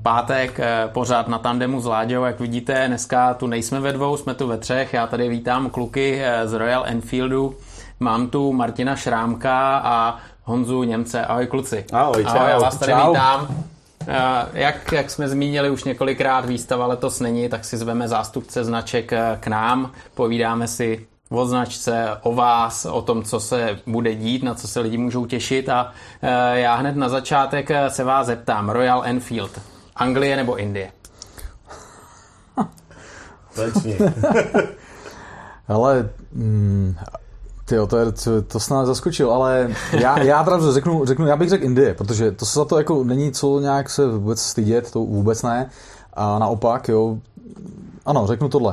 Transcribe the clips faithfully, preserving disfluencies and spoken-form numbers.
pátek, pořád na tandemu s Láďou, jak vidíte, dneska tu nejsme ve dvou, jsme tu ve třech, já tady vítám kluky z Royal Enfieldu, mám tu Martina Šrámka a Honzu Němce. Ahoj kluci. Ahoj, čau. Ahoj, já vás tady čau. vítám. Jak, jak jsme zmínili už několikrát, výstava letos není, tak si zveme zástupce značek k nám, povídáme si o značce, o vás, o tom, co se bude dít, na co se lidi můžou těšit a já hned na začátek se vás zeptám. Royal Enfield, Anglie nebo Indie? Začni. Ale mm, tyjo, to, je, to, to snad zaskočil, ale já, já pravdu řeknu, řeknu, já bych řekl Indie, protože to se za to jako není co nějak se vůbec stydět, to vůbec ne. A naopak, jo, ano, řeknu tohle.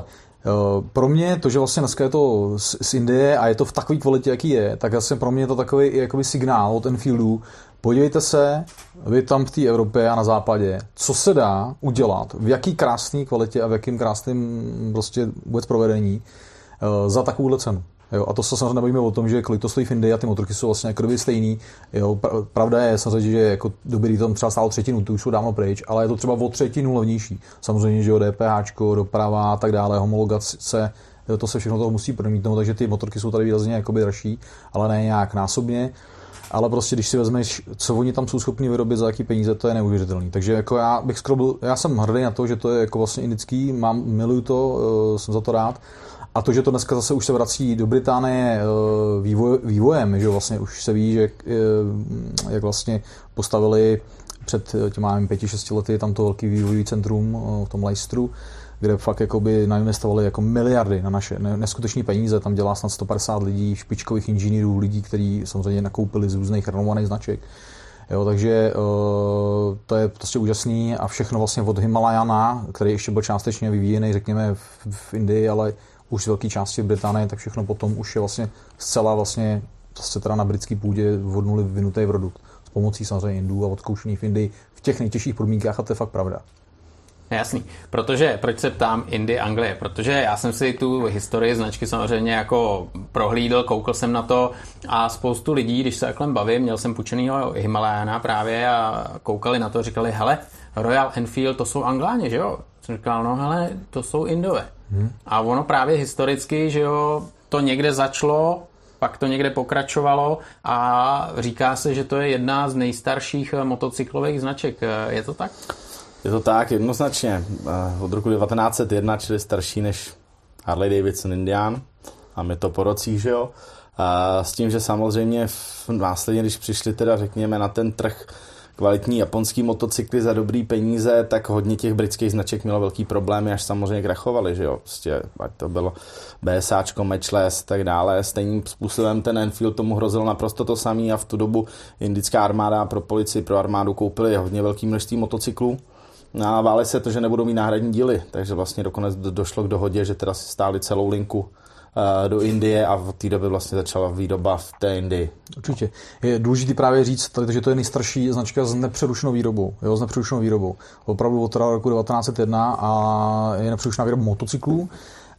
Pro mě to, že vlastně dneska je to z, z Indie a je to v takové kvalitě, jaký je, tak vlastně pro mě je to takový i jakoby signál od Enfieldu. Podívejte se, vy tam v té Evropě a na západě, co se dá udělat, v jaký krásné kvalitě a v jakým krásným prostě vůbec provedení uh, za takovouhle cenu. Jo, a to se samozřejmě nebavíme o tom, že kolik to stojí v Indii a ty motorky jsou vlastně jako doby stejný. Jo, pravda je samozřejmě, že jako doby, kdy tam třeba stálo třetinu, tu už jsou dávno pryč, ale je to třeba o třetinu levnější. Samozřejmě, že jo, DPHčko, doprava a tak dále, homologace, to se všechno toho musí promítnout, takže ty motorky jsou tady výrazně jakoby dražší, ale ne nějak násobně. Ale prostě, když si vezmeš, co oni tam jsou schopni vyrobit, za jaký peníze, to je neuvěřitelný. Takže jako já bych skoro byl, já jsem hrdý na to, že to je jako vlastně indický, mám, miluju to, jsem za to rád. A to, že to dneska zase už se vrací do Británie vývoj, vývojem, že vlastně už se ví, že jak vlastně postavili před těma pěti, šesti lety tam to velký vývojový centrum v tom Leicesteru, kde fakt jakoby nainvestovali jako miliardy na naše neskutečné peníze. Tam dělá snad sto padesát lidí, špičkových inženýrů, lidí, kteří samozřejmě nakoupili z různých renomovaných značek. Jo, takže uh, to je prostě úžasný a všechno vlastně od Himalajana, který ještě byl částečně vyvíjený, řekněme, v, v Indii, ale už z velké části v Británii, tak všechno potom už je vlastně zcela vlastně zase teda na britský půdě od nuly vyvinutý produkt. S pomocí samozřejmě Indů a odkoušený v Indii v těch nejtěžších podmínkách a to je fakt pravda. Jasný, protože, proč se ptám Indie, Anglie, protože já jsem si tu historii značky samozřejmě jako prohlídl, koukl jsem na to a spoustu lidí, když se takhle bavím, měl jsem půjčenýho Himalajana právě a koukali na to, říkali, hele, Royal Enfield, to jsou Angláni, že jo? Jsem říkal, no hele, to jsou Indové. Hmm. A ono právě historicky, že jo, to někde začalo, pak to někde pokračovalo a říká se, že to je jedna z nejstarších motocyklových značek. Je to tak? Je to tak, jednoznačně. Od roku devatenáct set jedna, čili starší než Harley Davidson Indian. A my to po rocích, že jo. A s tím, že samozřejmě v následně, když přišli teda, řekněme, na ten trh kvalitní japonský motocykly za dobrý peníze, tak hodně těch britských značek mělo velký problémy, až samozřejmě krachovaly, že jo. Prostě, ať to bylo BSAčko, Matchless, tak dále. Stejným způsobem ten Enfield tomu hrozil naprosto to samý a v tu dobu indická armáda pro policii, pro armádu koupili hodně velký množství motocyklů. A báli se to, že nebudou mít náhradní díly, takže vlastně dokonec došlo k dohodě, že teda si stáli celou linku uh, do Indie a v té době vlastně začala výroba v té Indii. Určitě. Je důležité právě říct, tady, že to je nejstarší značka s nepřerušenou výrobou. Jo, s nepřerušenou výrobou. Opravdu od roku devatenáct set jedna a je nepřerušená výroba motocyklů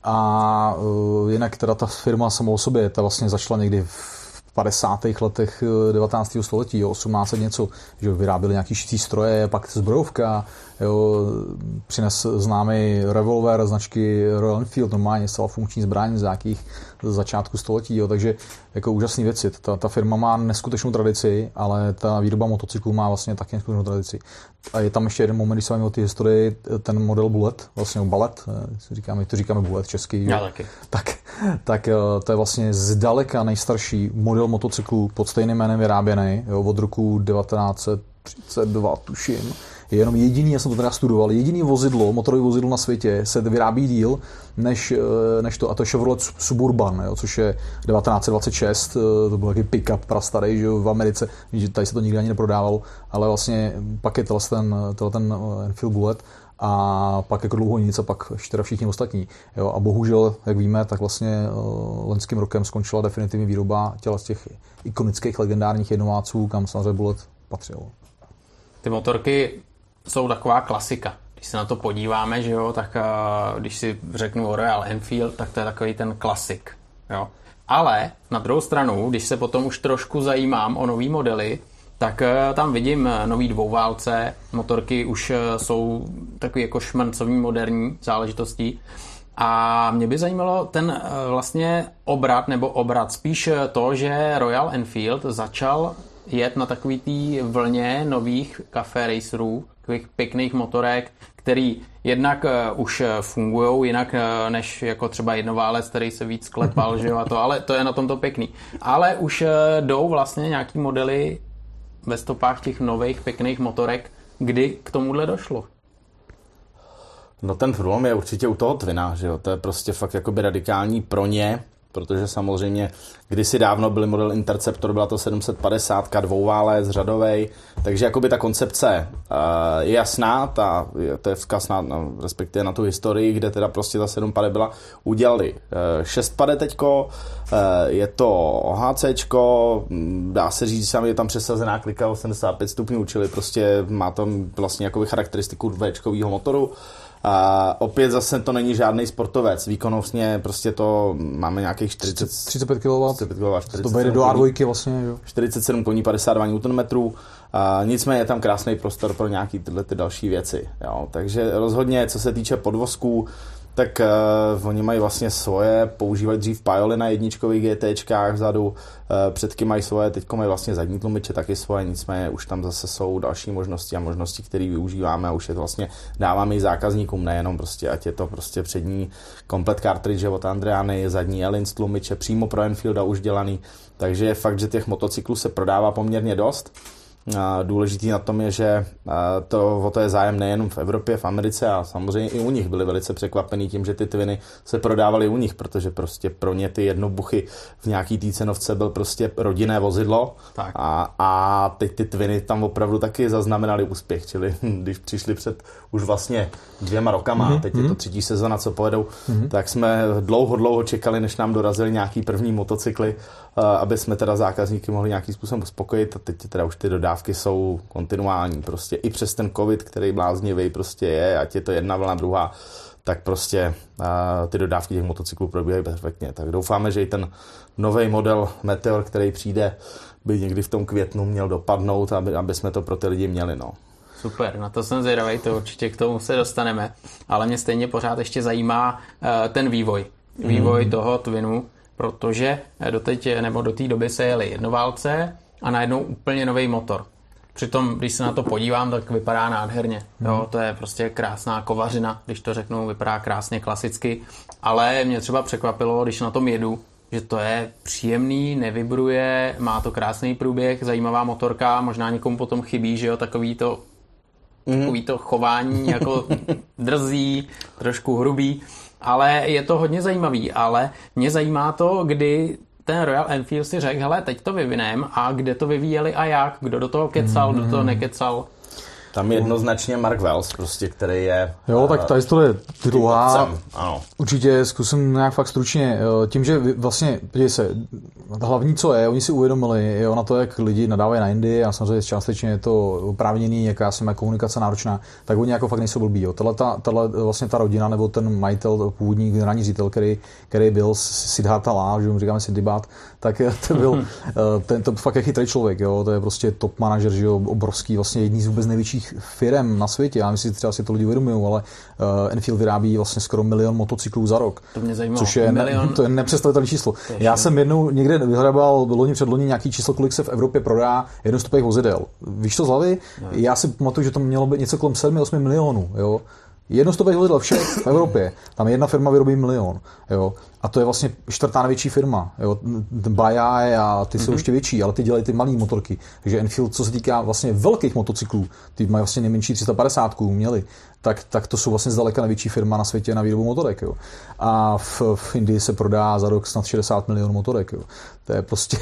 a uh, jinak teda ta firma sama o sobě, ta vlastně začala někdy v padesátých letech devatenáctého století, jo, osmnáct set něco, že vyráběli nějaký šicí stroje, pak zbrojovka, jo, přines známý revolver značky Royal Enfield, normálně celá funkční zbraň z nějakých začátku století, jo, takže jako úžasný věci. Ta, ta firma má neskutečnou tradici, ale ta výroba motocyklů má vlastně taky neskutečnou tradici. A je tam ještě jeden moment, když se bavíme o té historii, ten model Bullet, vlastně Ballet, říkáme, to říkáme Bullet český. Já taky. Tak, tak to je vlastně zdaleka nejstarší model motocyklů pod stejným jménem vyráběný, jo, od roku devatenáct set třicet dva, tuším. Je jenom jediný, já jsem to teda studoval, jediný vozidlo, motorové vozidlo na světě se vyrábí díl než, než to, a to je Chevrolet Suburban, jo, což je devatenáct set dvacet šest, to byl takový pick-up prastarý, že v Americe, že tady se to nikdy ani neprodávalo, ale vlastně pak je ten, ten Enfield Bullet a pak jako dlouho nic a pak ještě všichni ostatní. Jo, a bohužel, jak víme, tak vlastně loňským rokem skončila definitivní výroba těla z těch ikonických legendárních jednováců, kam samozřejmě Bullet patřil. Ty motorky jsou taková klasika. Když se na to podíváme, že jo, tak uh, když si řeknu o Royal Enfield, tak to je takový ten klasik. Jo. Ale na druhou stranu, když se potom už trošku zajímám o nový modely, tak tam vidím nový dvouválce, motorky už jsou takový jako šmrncovní moderní záležitostí. A mě by zajímalo ten vlastně obrat, nebo obrat, spíš to, že Royal Enfield začal jet na takový té vlně nových café racerů, takových pěkných motorek, který jednak uh, už fungujou jinak uh, než jako třeba jednoválec, který se víc klepal, že jo, a to, ale to je na tom to pěkný. Ale už uh, jdou vlastně nějaký modely ve stopách těch nových pěkných motorek, kdy k tomuhle došlo. No ten průlom je určitě u toho Twina, že jo, to je prostě fakt jakoby radikální pro ně, protože samozřejmě kdysi dávno byly model Interceptor, byla to sedm set padesát, dvouválec, řadovej, takže jakoby ta koncepce uh, je jasná, ta, je, to je vzkaz na, na, respektive na tu historii, kde teda prostě ta sedm pade byla, udělali uh, šest pade teďko, uh, je to OHCčko, dá se říct, že je tam přesazená klika osmdesát pět stupňů, čili prostě má tam vlastně jakoby charakteristiku Včkovýho motoru. A opět zase to není žádný sportovec. Výkonnostně prostě to máme nějakých čtyřicet, třicet pět kilowattů. To vejde do á dva vlastně. Jo. čtyřicet sedm koní, padesát dva newtonmetrů. A nicméně je tam krásný prostor pro nějaký tyhle ty další věci. Jo. Takže rozhodně, co se týče podvozků, tak uh, oni mají vlastně svoje, používají dřív Paoli na jedničkových GTčkách vzadu, uh, předky mají svoje, teďko mají vlastně zadní tlumiče taky svoje, nicméně už tam zase jsou další možnosti a možnosti, které využíváme a už je to vlastně dáváme i zákazníkům, nejenom prostě, ať je to prostě přední komplet cartridge od Andreany, zadní Elins tlumiče, přímo pro Enfielda už dělaný, takže je fakt, že těch motocyklů se prodává poměrně dost. Důležitý na tom je, že to, o to je zájem nejen v Evropě, v Americe a samozřejmě i u nich byli velice překvapení tím, že ty Twiny se prodávaly u nich, protože prostě pro ně ty jednobuchy v nějaký té cenovce byl prostě rodinné vozidlo a, a teď ty Twiny tam opravdu taky zaznamenali úspěch, čili když přišli před už vlastně dvěma rokama, mm-hmm. teď je to třetí sezona, co pojedou, mm-hmm. tak jsme dlouho, dlouho čekali, než nám dorazili nějaký první motocykly, aby jsme teda zákazníky mohli nějakým způsobem uspokojit a teď teda už ty dodávky jsou kontinuální, prostě i přes ten covid, který bláznivý prostě je, ať je to jedna vlna, druhá, tak prostě uh, ty dodávky těch motocyklů probíhají perfektně. Tak doufáme, že i ten nový model Meteor, který přijde, by někdy v tom květnu měl dopadnout, aby, aby jsme to pro ty lidi měli, no. Super, na to jsem zvědavý, to určitě k tomu se dostaneme, ale mě stejně pořád ještě zajímá uh, ten vývoj, vývoj mm. toho Twinu, protože doteď, nebo do té doby se jeli jednoválce a najednou úplně nový motor. Přitom, když se na to podívám, tak vypadá nádherně. Jo, to je prostě krásná kovařina, když to řeknu, vypadá krásně klasicky, ale mě třeba překvapilo, když na tom jedu, že to je příjemný, nevibruje, má to krásný průběh, zajímavá motorka, možná někomu potom chybí, že jo, takový to, mm. takový to chování jako drzí, trošku hrubý, ale je to hodně zajímavý, ale mě zajímá to, kdy ten Royal Enfield si řekl, hele, teď to vyvinem a kde to vyvíjeli a jak, kdo do toho kecal, mm. kdo to nekecal. Tam jednoznačně Mark Wells, prostě, který je... Jo, tak ta historie dlouhá. Ano. Určitě zkusím nějak fakt stručně. Tím, že vlastně, podívej se, hlavní co je, oni si uvědomili, jo, na to, jak lidi nadávají na Indii a samozřejmě částečně je to oprávněný, jaká se má komunikace náročná, tak oni jako fakt nejsou blbí. Jo. Tahle, ta, tahle, vlastně ta rodina, nebo ten majitel, původní generální ředitel, který, který byl Siddhartha Lal, že mu říkáme Siddhibat, tak to byl, ten, to fakt je chytrý člověk, jo, to je prostě top manažer, že jo, obrovský, vlastně jedný z vůbec největších firem na světě. Já myslím, že třeba si to lidi uvědomují, ale uh, Enfield vyrábí vlastně skoro milion motocyklů za rok. To mě zajímalo. Což je, milion... ne, to je nepředstavitelné číslo. Tež, Já jsem jednou někde vyhledával loni předloni nějaký číslo, kolik se v Evropě prodá jednostopých vozidel. Víš to z hlavy? Ne. Já si pamatuju, že to mělo být něco kolem sedm osm milionů. Jo? Jednostopých vozidel všech v Evropě. Tam jedna firma vyrobí milion. Jo? A to je vlastně čtvrtá největší firma. Jo? Bajaj a ty jsou mm-hmm. ještě větší, ale ty dělají ty malé motorky. Takže Enfield, co se týká vlastně velkých motocyklů, ty mají vlastně nejmenší tři sta padesát měli, tak, tak to jsou vlastně zdaleka největší firma na světě na výrobu motorek. Jo? A v, v Indii se prodá za rok snad šedesát milionů motorek. Jo? To je prostě...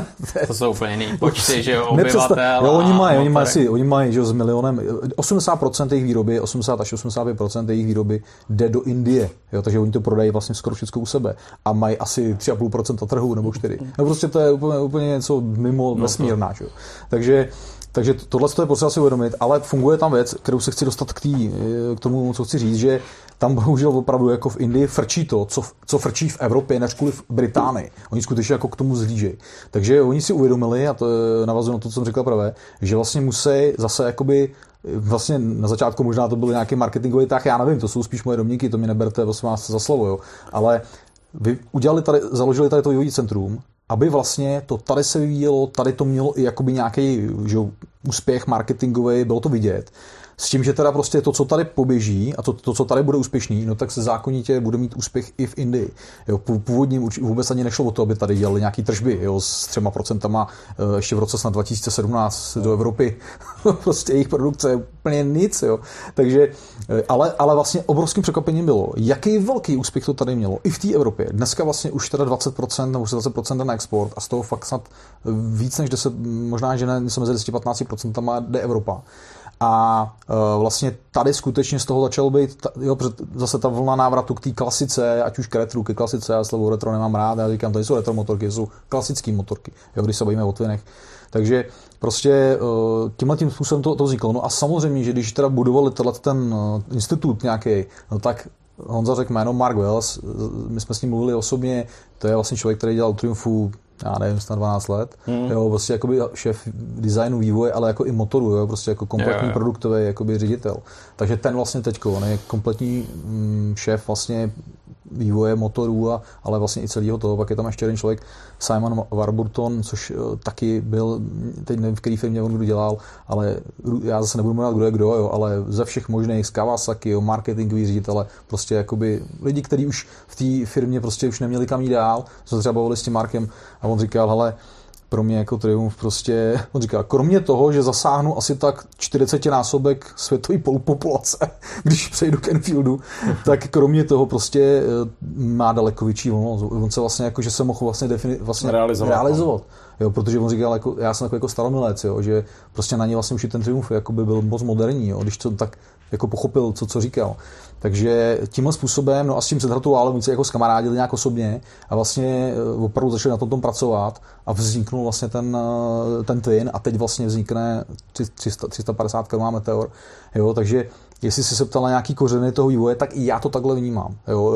To jsou úplně jiný počty, že jo, obyvatel. Jo, oni mají, oni mají, si, oni mají, že jo, s milionem, osmdesát procent jejich výroby, osmdesát až osmdesát pět procent jejich výroby jde do Indie, jo, takže oni to prodají vlastně skoro všechno u sebe a mají asi tři celá pět procenta trhu nebo čtyři. No prostě to je úplně, úplně něco mimo no vesmírná, že jo. Takže takže tohle je potřeba si uvědomit, ale funguje tam věc, kterou se chci dostat k, tý, k tomu, co chci říct, že tam bohužel opravdu jako v Indii frčí to, co, co frčí v Evropě, než kvůli v Británii. Oni skutečně jako k tomu zhlížejí. Takže oni si uvědomili, a to navazuji na to, co jsem říkal právě, že vlastně musí zase jakoby vlastně na začátku možná to byl nějaký marketingový tah, já nevím, to jsou spíš moje domníky, to mi neberte vlastně vás za slovo, jo. Ale vy udělali tady, založili tady to vývojové centrum, aby vlastně to tady se vyvíjelo, tady to mělo i jakoby nějaký, že, úspěch marketingový, bylo to vidět. S tím, že teda prostě to, co tady poběží a to, to co tady bude úspěšný, no tak se zákonitě bude mít úspěch i v Indii. Jo, původně vůbec ani nešlo o to, aby tady dělali nějaký tržby, jo, s třema procentama ještě v roce snad dva tisíce sedmnáct do Evropy. Prostě jejich produkce je úplně nic, jo. Takže, ale, ale vlastně obrovským překvapením bylo, jaký velký úspěch to tady mělo i v té Evropě. Dneska vlastně už teda dvacet procent nebo dvacet procent na export a z toho fakt snad víc než deset, možná, že ne, jsme mezi deset až patnáct procent jde Evropa. A uh, vlastně tady skutečně z toho začalo být, ta, jo, zase ta vlna návratu k té klasice, ať už k retru, ke klasice, já slovo retro nemám rád, já říkám, tady jsou retro motorky, to jsou klasické motorky, jo, když se bavíme o twinech. Takže prostě uh, tímhle tím způsobem to, to vzniklo. No a samozřejmě, že když teda budovali ten uh, institut nějaký, no tak Honza řekl jméno Mark Wells, my jsme s ním mluvili osobně, to je vlastně člověk, který dělal Triumphu, já nevím, snad dvanáct let, hmm. jo, vlastně jakoby šéf designu, vývoje, ale jako i motoru, jo, prostě jako kompletní yeah. produktový jakoby ředitel. Takže ten vlastně teďko, on je kompletní mm, šéf vlastně vývoje motorů, a, ale vlastně i celého toho. Pak je tam ještě jeden člověk, Simon Warburton, což uh, taky byl, teď nevím, v který firmě on kdo dělal, ale já zase nebudu mluvit, kdo je kdo, jo, ale ze všech možných, z Kawasaki, jo, marketingový ředitele, prostě jakoby lidi, kteří už v té firmě prostě už neměli kam jít dál, co třeba bavili s tím Markem, a on říkal, hele, pro mě jako Triumph prostě, on říká, kromě toho, že zasáhnu asi tak čtyřicetinásobek světové populace, když přejdu k Enfieldu, tak kromě toho prostě má daleko větší volnost. On se vlastně jako, že se mohl vlastně, defini- vlastně realizovat. realizovat. Jo, protože on říkal, jako, já jsem jako, jako staromilec, jo, že prostě na něj vlastně už i ten Triumph jako by byl moc moderní, jo, když to tak jako pochopil, co, co říkal. Takže tímhle způsobem, no a s tím Sedhartou ale více jako skamarádili nějak osobně a vlastně opravdu začali na tom, tom pracovat a vzniknul vlastně ten, ten Twin a teď vlastně vznikne tři sta padesát kilometrů Meteor. Jo, takže jestli jsi se ptal na nějaký kořeny toho vývoje, tak i já to takhle vnímám. Jo.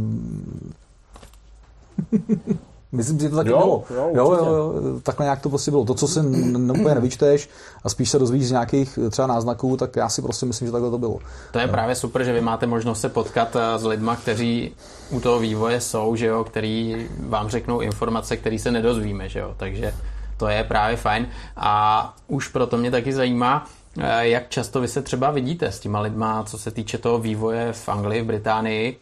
Myslím, že to taky jo, bylo. Jo, jo, jo, jo, takhle nějak to prostě bylo. To, co si úplně nevyčteš a spíš se dozvíš z nějakých třeba náznaků, tak já si prostě myslím, že takhle to bylo. To je jo. právě super, že vy máte možnost se potkat s lidma, kteří u toho vývoje jsou, že jo, který vám řeknou informace, které se nedozvíme, že jo. Takže to je právě fajn. A už proto mě taky zajímá, jak často vy se třeba vidíte s těma lidma, co se týče toho vývoje v Anglii, v Británii,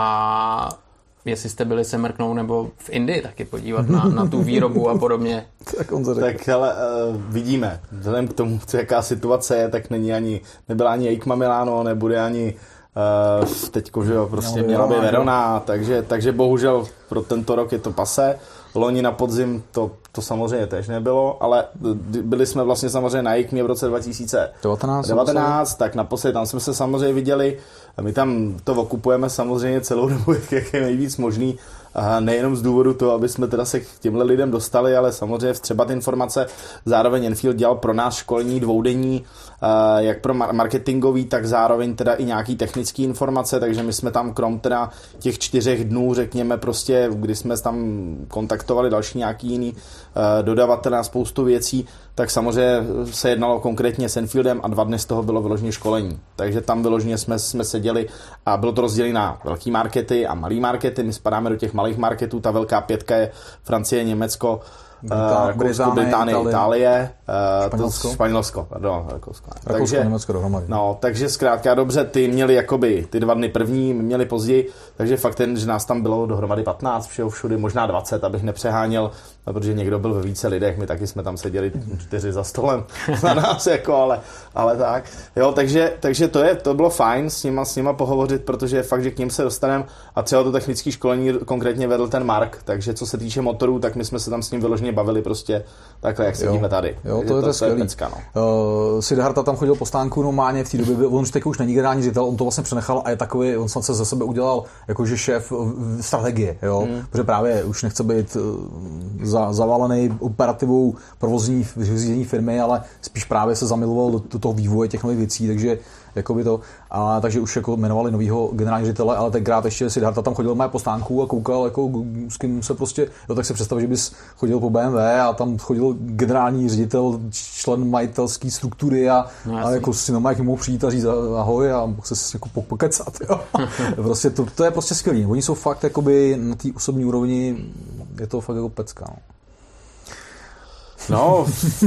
a jestli jste byli se mrknout nebo v Indii taky podívat na, na tu výrobu a podobně. tak on tak ale uh, vidíme. Vzhledem k tomu, jaká situace je, tak není ani, nebyla ani EICMA Milano, nebude ani uh, teďko, že jo, prostě měla by Verona, takže, takže bohužel pro tento rok je to pase. Loni na podzim to, to samozřejmě tež nebylo, ale byli jsme vlastně samozřejmě na EICMě v roce dva tisíce devatenáct, tak naposledy tam jsme se samozřejmě viděli. A my tam to okupujeme samozřejmě celou dobu, jak je nejvíc možný. A nejenom z důvodu toho, aby jsme teda se k těmhle lidem dostali, ale samozřejmě vstřebat informace. Zároveň Enfield dělal pro nás školní dvoudenní, jak pro marketingový, tak zároveň teda i nějaký technický informace, takže my jsme tam krom teda těch čtyřech dnů, řekněme prostě, kdy jsme tam kontaktovali další nějaký jiný dodavatele na spoustu věcí, tak samozřejmě se jednalo konkrétně s Enfieldem a dva dny z toho bylo vyloženě školení. Takže tam vyloženě jsme, jsme seděli a bylo to rozděleno na velký markety a malý markety. My spadáme do těch malých marketů, ta velká pětka je Francie, Německo, Britá, Británie, Británie, Itálie, Itálie Španělsko, to, Španělsko, pardon, Rakousko. Takže, Německo dohromady. No, takže zkrátka dobře, ty měli jakoby ty dva dny první, měli později, takže fakt ten, že nás tam bylo dohromady patnáct, všeho všudy, možná dvacet, abych nepřeháněl, protože někdo byl ve více lidech, my taky jsme tam seděli čtyři za stolem na nás, jako, ale, ale tak. Jo, takže, takže to, je, to bylo fajn s nima, s nima pohovořit, protože fakt, že k ním se dostaneme a třeba to technické školení konkrétně vedl ten Mark, takže co se týče motorů, tak my jsme se tam s ním vyloženě vyloženě bavili prostě takhle, jak sedíme tady. Jo, to je to, to skvělý. Pecka, no. uh, Siddhartha tam chodil po stánku normálně v té době, on už teď už není generální ředitel, on to vlastně přenechal a je takový, on snad se ze sebe udělal jakože šéf strategie, jo, hmm. protože právě už nechce být za, zavalený operativou provozní řízení firmy, ale spíš právě se zamiloval do, do toho vývoje těch nových věcí, takže jakoby to, a takže už jako jmenovali novýho generálního ředitele, ale tenkrát ještě Siddhartha tam chodil po stánku a koukal, jako s kým se prostě, jo, tak si představ, že bys chodil po B M W a tam chodil generální ředitel, člen majitelské struktury a, no, a jako si normálně mohl přijít a říct ahoj a mohl se jako pokecat, jo. Prostě to, to je prostě skvělý. Oni jsou fakt jakoby na té osobní úrovni, je to fakt jako pecka, no. No,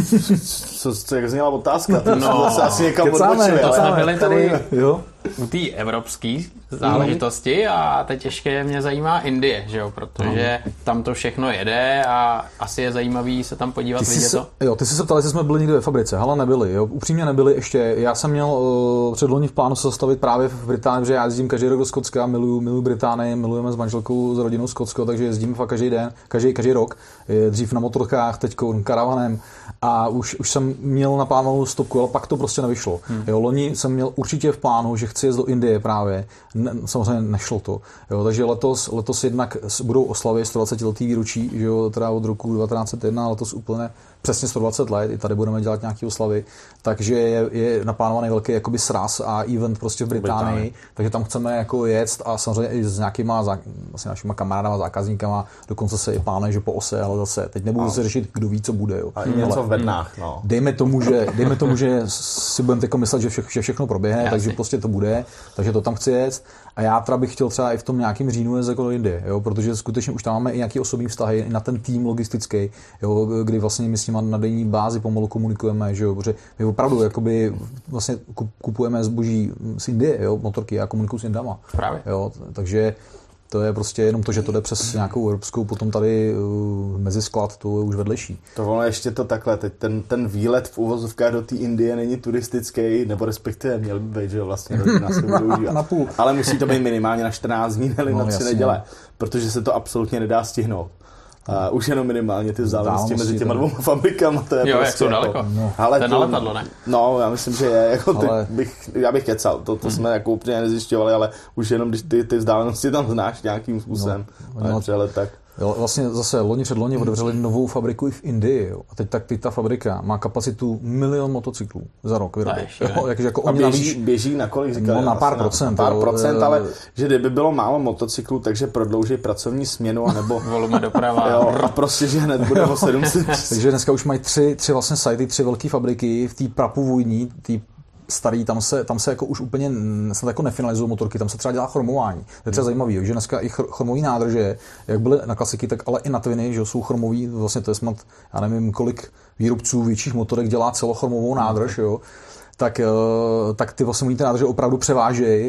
co, co, jak zněla otázka, to no, se asi někam odbočili. To jsme byli tady jo. u té evropské záležitosti a teď ještě mě zajímá Indie, že jo, protože no. tam to všechno jede a asi je zajímavý se tam podívat, vidět se, to. Jo, ty jsi se ptal, jestli jsme byli někde ve fabrice, hele, nebyli, jo, upřímně nebyli ještě. Já jsem měl uh, předloni v plánu se zastavit právě v Británii, protože já jezdím každý rok do Skotska, miluju, miluju Británii, milujeme s manželkou, s rodinou Skotsko, takže jezdím fakt každý den, každý, každý rok, dřív na motorkách, teď karavanem a už, už jsem měl naplánovanou stopku, ale pak to prostě nevyšlo. Hmm. Jo, loni jsem měl určitě v plánu, že chci jet do Indie právě, ne, samozřejmě nešlo to. Jo, takže letos, letos jednak budou oslavy sto dvacet letý výročí, že jo, teda od roku devatenáct set jedna, letos úplně přesně sto dvacet let, i tady budeme dělat nějaké oslavy, takže je, je naplánovaný velký jakoby sraz a event prostě v Británii, Británii. Takže tam chceme jako jet a samozřejmě i s nějakýma vlastně našima kamarádama, zákazníkama, dokonce se i plánuje, že po ose, ale zase teď nebudu se řešit, kdo ví, co bude. Jo. A i něco v bednách, no. Dejme tomu, že, dejme tomu, že si budeme jako myslet, že, vše, že všechno proběhne, Jasně. takže prostě to bude, takže to tam chci jet. A já teda bych chtěl třeba i v tom nějakým říjnu jet jako do Indie, jo, protože skutečně už tam máme i nějaký osobní vztahy i na ten tým logistický, jo, kdy vlastně my s nima na denní bázi pomalu komunikujeme, že jo, protože my opravdu jakoby vlastně kupujeme zboží z Indie, jo, motorky, já komunikuju s Indama. Právě. Jo, takže to je prostě jenom to, že to jde přes nějakou evropskou, potom tady uh, mezi sklad, to je už vedlejší. To ono ještě to takhle, teď ten, ten výlet v uvozovkách do té Indie není turistický, nebo respektive měl by být, že jo, vlastně rodina se bude užívat. Na půl. Ale musí to být minimálně na čtrnáct dní, nebo no, na tři neděle, protože se to absolutně nedá stihnout. A už jenom minimálně ty vzdálenosti mezi těma dvouma fabrikama, to je jo, prostě... Jo, jak jsou daleko. No. Ale to je na letadlo, ne? No, já myslím, že je, jako ty, ale... bych, já bych kecal, to, to hmm. jsme jako úplně nezjišťovali, ale už jenom, když ty, ty vzdálenosti tam znáš nějakým způsobem, no, no, přehled, tak... Jo, vlastně zase loni před loni otevřeli novou fabriku i v Indii, jo. A teď tak teď ta fabrika má kapacitu milion motocyklů za rok vyrobit. Jako a běží, běží na kolik říkali? No, na pár procent. Na pár procent, ale že kdyby bylo málo motocyklů, takže prodlouží pracovní směnu, anebo volume doprava. Jo, a prostě, že hned bude o sedm set. Takže dneska už mají tři, tři vlastně sajty, tři velké fabriky v té prapůvojní, té starý, tam se, tam se jako už úplně snad jako nefinalizují motorky, tam se třeba dělá chromování. To je třeba zajímavý, že dneska i chromový nádrže, jak byly na klasiky, tak ale i na twiny, že jsou chromový, vlastně to je snad, já nevím, kolik výrobců větších motorek dělá celochromovou nádrž, jo. Tak, tak ty vlastně ty nádrže opravdu převážejí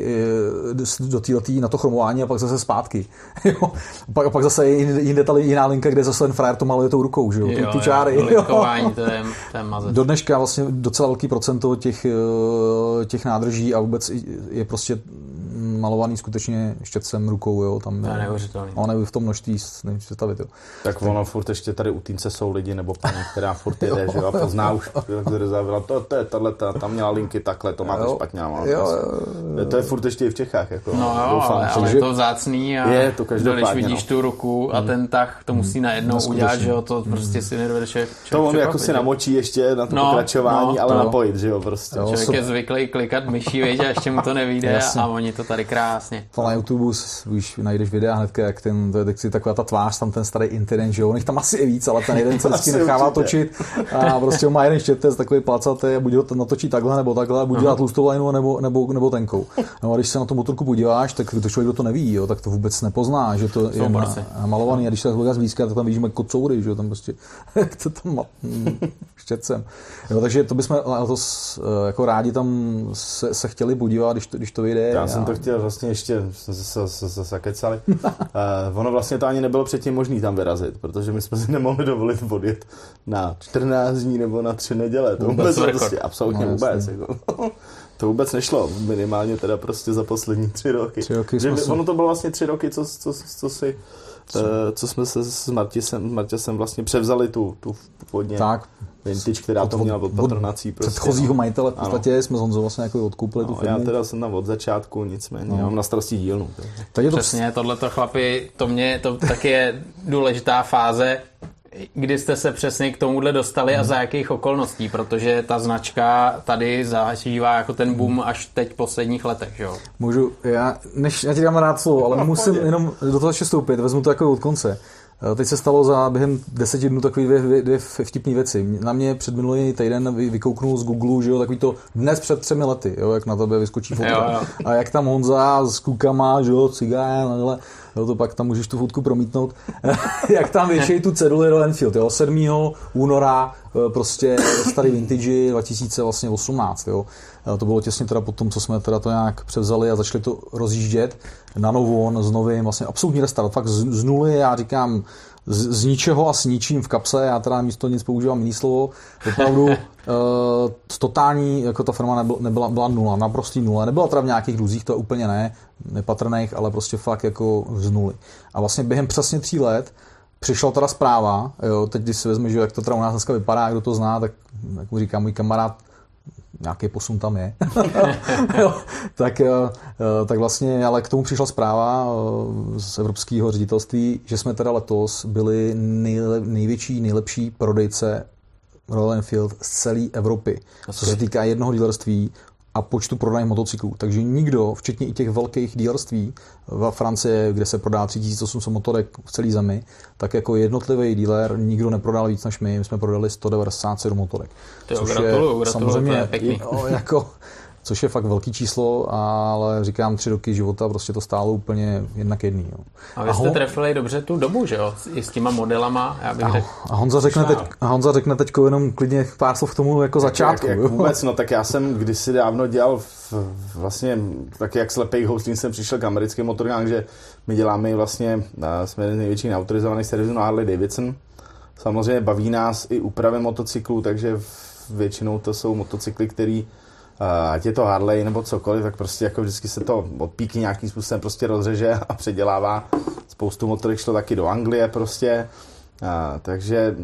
do této na to chromování a pak zase zpátky. Jo. Pak, pak zase jinde ta jiná linka, kde zase ten frajer to maluje tou rukou, že jo, jo tu, tu čáry. Jo, linkování, to je, to je mazec. Do dneška vlastně docela velký procento těch, těch nádrží a vůbec je prostě malovaný skutečně štětcem rukou, jo, tam je neuvěřitelný. Ale v tom množství, nevím, co představit, jo. Tak ono furt ještě tady u Týnce jsou lidi nebo paní, která furt jede, že jo, a pozná už, které zavila, to, to je tato, tam měla linky takhle, to máte špatně, ale jo, jo. To je furt ještě i v Čechách, jako. No jo, doufám, ale, ale je to vzácný a je to každopádně, když vidíš no. tu ruku a hmm. ten tah, to musí najednou no, udělat, že jo, to hmm. prostě si nedovedeš člověk to on jako si namočí ještě na to no, pokračování, no, ale to. napojit, že jo, prostě. Jo, člověk je zvyklý klikat myší, viď, a ještě mu to nevyjde a oni to tady krásně. To na YouTube už najdeš videa hnedka, jak ten, to je taková ta tvář, tam ten starý incident, že jo, nech tam asi je víc, ale ten jeden se vždycky nechává točit a prostě má jeden štětec takový placatý a buď ho natočí takhle nebo takhle a buď dělá tlustou lajnu nebo, nebo, nebo tenkou. No a když se na tu motorku podíváš, tak to člověk, kdo to neví, jo, tak to vůbec nepozná, že to je malovaný a když se tak zblízka, tak tam vidíš kocoury, že jo, tam prostě to tam má štětcem. Jo, takže to bychom to jako rádi tam se, se chtěli podívat, když to, když to vyjde. Já jsem to chtěl vlastně ještě se zakecali. uh, ono vlastně to ani nebylo předtím možný tam vyrazit, protože my jsme si nemohli dovolit odjet na čtrnáct dní nebo na tři neděle. To vůbec, vůbec prostě, absolutně no, vůbec. Jako, to vůbec nešlo. Minimálně teda prostě za poslední tři roky. Tři roky že, jsme ono to bylo vlastně tři roky, co, co, co si co jsme se s Martěsem, Martěsem vlastně převzali tu, tu původně tak, vintage, která to měla od patronací. Prostě, předchozího majitele v podstatě ano. jsme s Honzou vlastně jako odkoupili no, tu firmu. Já teda jsem tam od začátku, nicméně no. mám na starosti dílnu. To přesně, tohleto chlapi, to mě, to taky je důležitá fáze, kdy jste se přesně k tomuhle dostali a za jakých okolností, protože ta značka tady zažívá jako ten boom až teď v posledních letech, jo? Můžu, já, než, já ti dám rád slovo, ale musím jenom do toho ještě vstoupit, vezmu to jako od konce. Teď se stalo za během deseti dnů takové dvě, dvě, dvě vtipné věci. Na mě před minulý týden vykouknul z Google, že jo, takový to dnes před třemi lety, jo, jak na tebe vyskočí fotka. A jak tam Honza s klukama, že jo, cigán, ale jo, to pak tam můžeš tu fotku promítnout. Jak tam věšejí tu ceduli do Enfield, jo, sedmého února, prostě starý vintage dva tisíce osmnáct, jo. To bylo těsně teda po tom, co jsme teda to nějak převzali a začali to rozjíždět na novo, s novým, vlastně absolutní restart, fakt z, z nuly, já říkám z, z ničeho a s ničím v kapse, já teda místo nic používám jiný slovo, opravdu uh, totální, jako ta firma nebyla, nebyla byla nula, naprostý nula, nebyla teda v nějakých dluzích, to úplně ne, nepatrných, ale prostě fakt jako z nuly. A vlastně během přesně tří let přišla teda zpráva, jo, teď když si vezme, že jak to teda u nás dneska vypadá, kdo to zná, tak jak mu říká můj kamarád, nějaký posun tam je. jo, tak, tak vlastně, ale k tomu přišla zpráva z evropského ředitelství, že jsme teda letos byli nejle, největší, nejlepší prodejce Royal Enfield z celé Evropy. Co se týká jednoho dealerství a počtu prodaných motocyklů. Takže nikdo, včetně i těch velkých dealerství v Francii, kde se prodá tři tisíce osm set motorek v celé zemi, tak jako jednotlivý dealer nikdo neprodal víc než my. My jsme prodali sto devadesát sedm motorek. To což gratuluju, je samozřejmě to je pěkný. Jo, jako, což je fakt velký číslo, ale říkám, tři roky života prostě to stálo úplně jednak jedný. Jo. A vy a jste ho... trefili dobře tu dobu, že jo? I s těma modelama. Já bych a, řek... a Honza řekne teď, a Honza řekne teď jenom klidně pár slov k tomu jako tak začátku. Jak, jak vůbec, no tak já jsem kdysi dávno dělal v, vlastně tak jak slepej houslím jsem přišel k americkým motorkám, že my děláme vlastně, jsme jeden z největších autorizovaných servisů na Harley Davidson. Samozřejmě baví nás i úpravy motocyklů, takže většinou to jsou motocykly, který ať je to Harley nebo cokoliv, tak prostě jako vždycky se to od píky nějakým způsobem prostě rozřeže a předělává. Spoustu motorek šlo taky do Anglie prostě, a, takže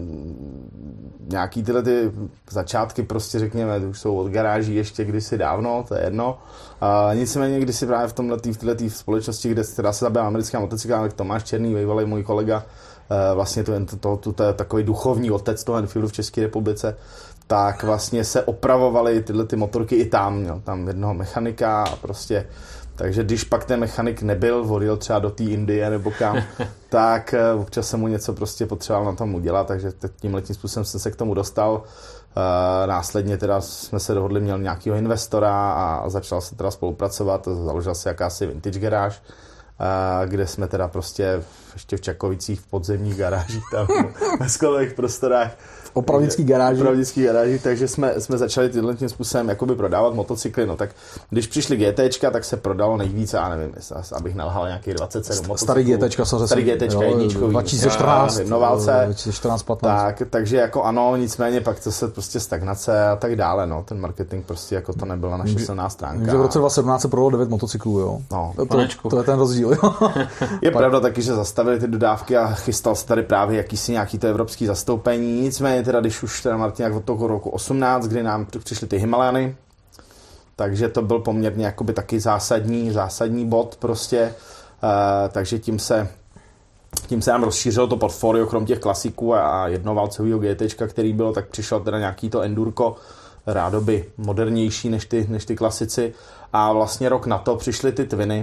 nějaký tyhle ty začátky prostě řekněme, už jsou od garáží ještě kdysi dávno, to je jedno. A nicméně kdysi právě v tomhletý, v této společnosti, kde teda se zabývá americká motocykla, tak Tomáš Černý, bývalý můj kolega, vlastně to, to, to, to, to je takový duchovní otec toho Enfieldu v České republice, tak vlastně se opravovaly tyhle ty motorky i tam, měl tam jednoho mechanika a prostě, takže když pak ten mechanik nebyl, odjel třeba do té Indie nebo kam, tak občas se mu něco prostě potřeboval na tom udělat, takže tímhletím způsobem jsem se k tomu dostal. Následně teda jsme se dohodli, měl nějakého investora a začal se teda spolupracovat, založil se jakási vintage garáž, kde jsme teda prostě ještě v Čakovicích v podzemních garážích tam ve skladových prostorách opravdický garáži. Opravdický garáži, takže jsme, jsme začali tímhle tím způsobem jakoby prodávat motocykly. No tak když přišly GTčka, tak se prodalo nejvíc, já nevím, abych nalhal nějaký dvacet sedm motocyklů. Starý GTčka, samozřejmě. Starý GTčka, jedničkový. dva tisíce čtrnáct. Noválce. dva tisíce čtrnáct patnáct. Tak, takže jako ano, nicméně pak to se prostě stagnace a tak dále, no. Ten marketing prostě jako to nebyla naše silná stránka. Takže v roce dva tisíce sedmnáct se prodalo devět motocyklů, jo. No. To, to, to je ten rozdíl, jo. Je pravda taky, že zastavili ty dodávky a chystal se tady právě jakýsi nějaký to evropský zastoupení. Nicméně teda, když už teda Martin jak od toho roku osmnáct, kdy nám přišly ty Himalayany, takže to byl poměrně jakoby taky zásadní, zásadní bod prostě, uh, takže tím se tím se nám rozšířilo to portfolio krom těch klasiků a jednoválcového GTčka, který bylo, tak přišel teda nějaký to endurko, rádoby modernější než ty, než ty klasici a vlastně rok na to přišly ty Twiny.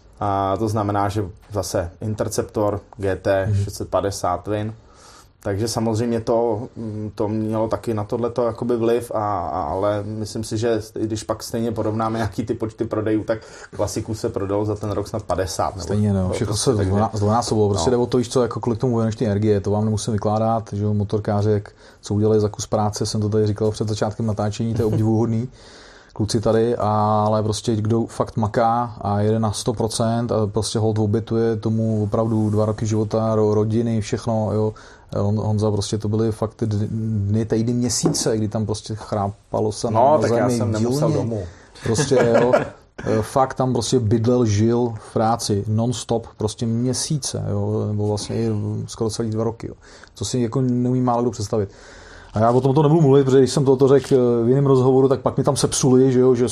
A to znamená, že zase Interceptor G T šest set padesát Twin. Takže samozřejmě to, to mělo taky na tohleto jakoby vliv, a, a, ale myslím si, že když pak stejně porovnáme nějaký ty počty prodejů, tak klasiku se prodalo za ten rok snad padesát. Nebo stejně, no, všechno prostě, se zdvojnásobilo. Prostě jde o to, co jako kolik tomu vojenští energie, to vám nemusím vykládat, že motorkáři, co udělali za kus práce, jsem to tady říkal před začátkem natáčení, to je obdivuhodný. Kluci tady, ale prostě kdo fakt maká a jede na sto procent a prostě hold obětuje tomu opravdu dva roky života, rodiny, všechno, jo. Honza, prostě to byly fakt dny, týdny, měsíce, kdy tam prostě chrápalo se no, na tak zemi, já jsem nemusel domů. Prostě, jo. fakt tam prostě bydlel, žil v práci non-stop, prostě měsíce, jo, nebo vlastně i skoro celý dva roky, jo, co si jako neumí málo kdo představit. A já o tom to nebudu mluvit, protože když jsem to řekl v jiném rozhovoru, tak pak mi tam sepsuli, že jo, že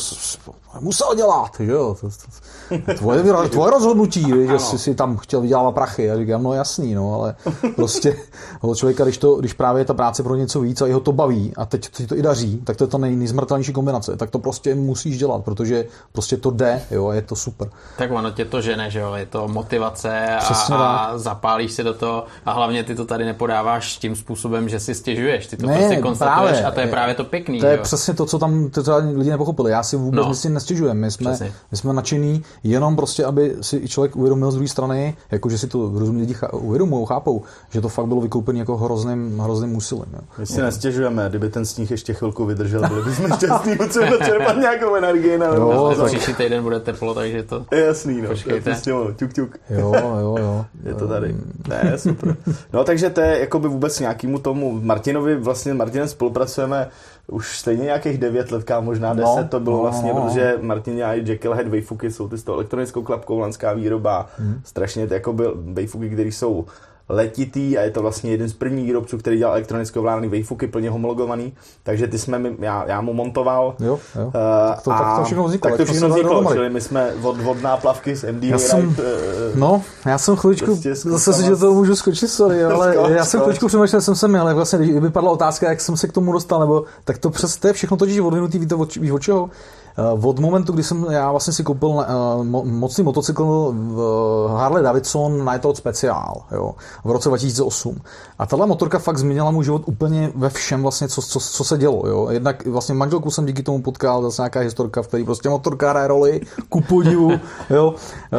musel dělat, že jo, to, to, tvoje, tvoje rozhodnutí, že jsi si tam chtěl vydělávat prachy. A říkám, no jasný, no, ale prostě toho člověka, když, to, když právě je ta práce pro něco víc a jeho to baví a teď ti to i daří, tak to je ta nej, nejzmrtelnější kombinace, tak to prostě musíš dělat, protože prostě to jde, jo, a je to super. Tak ono tě to žene, že jo, je to motivace a, a zapálíš si do toho a hlavně ty to tady nepodáváš tím způsobem, že si stěžuješ, ty to ne, prostě konstatuješ právě, a to je právě to pěkný. To je jo. přesně to, co tam třeba lidi nepochopili. Já si vůbec no. nic nestěžujeme. My jsme, my jsme nadšený jenom prostě, aby si i člověk uvědomil z druhé strany, jako že si to rozumí lidi uvědomují, chápou, že to fakt bylo vykoupené jako hrozným, hrozným úsilím. Jo. My si nestěžujeme, kdyby ten sníh ještě chvilku vydržel, byli bychom šťastní, musíme čerpat nějakou energii. Na jo, tak příští týden bude teplo, takže to... Je jasný, no. Počkejte. Ťuk, ťuk. Jo, jo, jo. Je to tady. Ne, super. No, takže to je jakoby vůbec nějakému tomu Martinovi, vlastně Martinem spolupracujeme už stejně nějakých devět let, možná deset, no, to bylo no, vlastně, no, protože Martin a Jekyll Head Wayfooky jsou ty s tou elektronickou klapkou, lanská výroba, hmm. strašně jako byl Wayfooky, které jsou letitý a je to vlastně jeden z prvních výrobců, který dělal elektronicky ovládaný Wayfooky, plně homologovaný, takže ty jsme, já, já mu montoval. Jo, jo. Uh, tak, to, tak to všechno vzniklo. Tak to všechno vzniklo, čili my jsme od, od náplavky z M D A jsem, Right, uh, no, já jsem chvíličku, prostě zase si, že to můžu skočit, sorry, ale skoč, já jsem chvíličku přemýšlel, jsem se mi, ale vlastně, když by padla otázka, jak jsem se k tomu dostal, nebo tak to přes to je všechno totiž odvinutý, víte, od, víš od čeho? Od momentu, kdy jsem já vlastně si koupil uh, mo- mocný motocykl v Harley Davidson Nighthawk Special, jo, v roce dva tisíce osm. A tahle motorka fakt změnila můj život úplně ve všem vlastně, co, co, co se dělo, jo. Jednak vlastně manželku jsem díky tomu potkal, zase nějaká historka, v který prostě motorka hraje roli, ku podivu, jo.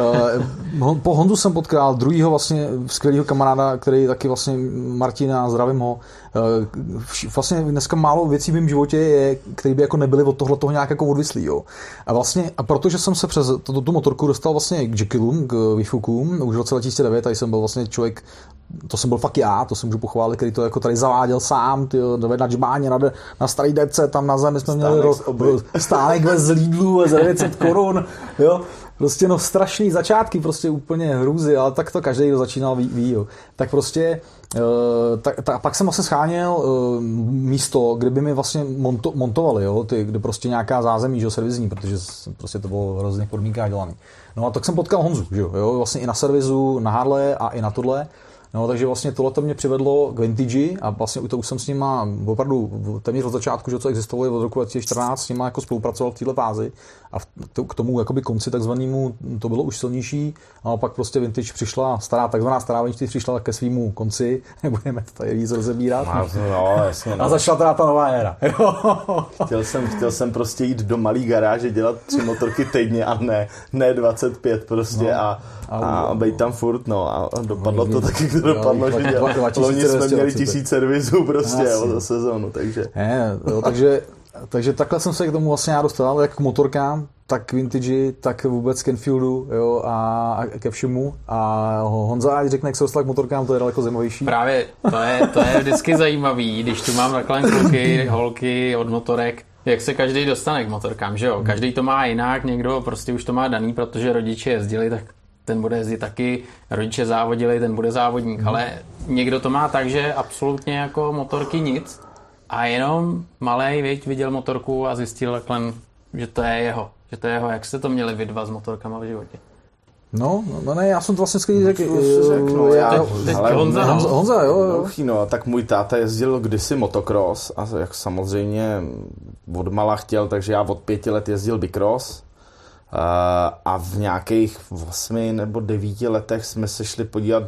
Uh, po Honzu jsem potkal druhýho vlastně skvělého kamaráda, který taky vlastně Martina, zdravím ho. Uh, vlastně dneska málo věcí v mém životě je, které by jako nebyly od tohle toho nějak jako odvislý. Jo. A vlastně, a protože jsem se přes tu, tu motorku dostal vlastně k Jekyllům, k Wayfookům, už v roce dva tisíce devět, tady jsem byl vlastně člověk, to jsem byl fakt já, to se můžu pochválit, který to jako tady zaváděl sám, ty, na džbáně, na, na starý dece, tam na zemi jsme měli ro, stánek ve Lidlu za devět set korun, jo. Prostě no strašný začátky, prostě úplně hrůzy, ale tak to každý, kdo začínal, ví, ví jo. Tak prostě, uh, tak, tak, pak jsem vlastně scháněl uh, místo, kde by mi vlastně monto, montovali, jo, ty, kde prostě nějaká zázemí, že jo, servisní, protože prostě to bylo v různých podmínkách dělaný. No a tak jsem potkal Honzu, že jo, jo, vlastně i na servisu, na Harley a i na tohle. No, takže vlastně tohle mě přivedlo k Vintage a vlastně to už jsem s nima opravdu téměř od začátku, že co existovalo od roku dva tisíce čtrnáct, s nima jako spolupracoval v této fázi a k tomu jakoby konci takzvanému to bylo už silnější a pak prostě Vintage přišla, stará takzvaná stará Vintage přišla ke svýmu konci, nebudeme to tady víc rozebírat. No, no, jasně, no. A začala teda ta nová éra. chtěl, jsem, chtěl jsem prostě jít do malý garáže, dělat tři motorky týdně a ne, ne dvacet pět prostě no. a, a, a být tam furt, no a dopadlo no, to taky, to dopadlo, že dělal. Loni jsme měli tisíc servisů prostě za sezónu, takže. Ne, jo, takže, takže takhle jsem se k tomu vlastně já dostal, jak k motorkám, tak k Vintage, tak vůbec k Enfieldu, jo, a, a ke všemu. A Honza, ať řekne, jak se dostal k motorkám, to je daleko zajímavější. Právě, to je, to je vždycky zajímavý, když tu mám takhle kluky, holky od motorek, jak se každý dostane k motorkám, že jo? Každý to má jinak, někdo prostě už to má daný, protože rodiče jezdili, tak ten bude jezdit taky, rodiče závodili, ten bude závodník, hmm. ale někdo to má tak, že absolutně jako motorky nic a jenom malej, věď, viděl motorku a zjistil takhle, že to je jeho, že to je jeho. Jak jste to měli vy dva s motorkama v životě? No, no ne, já jsem to vlastně skvělý řekl. No, já, teď ale Honza, no. Honza, Honza, jo. jo. No, tak můj táta jezdil kdysi motocross a jak samozřejmě odmala chtěl, takže já od pěti let jezdil bicross. Uh, a v nějakých osmi nebo devíti letech jsme se šli podívat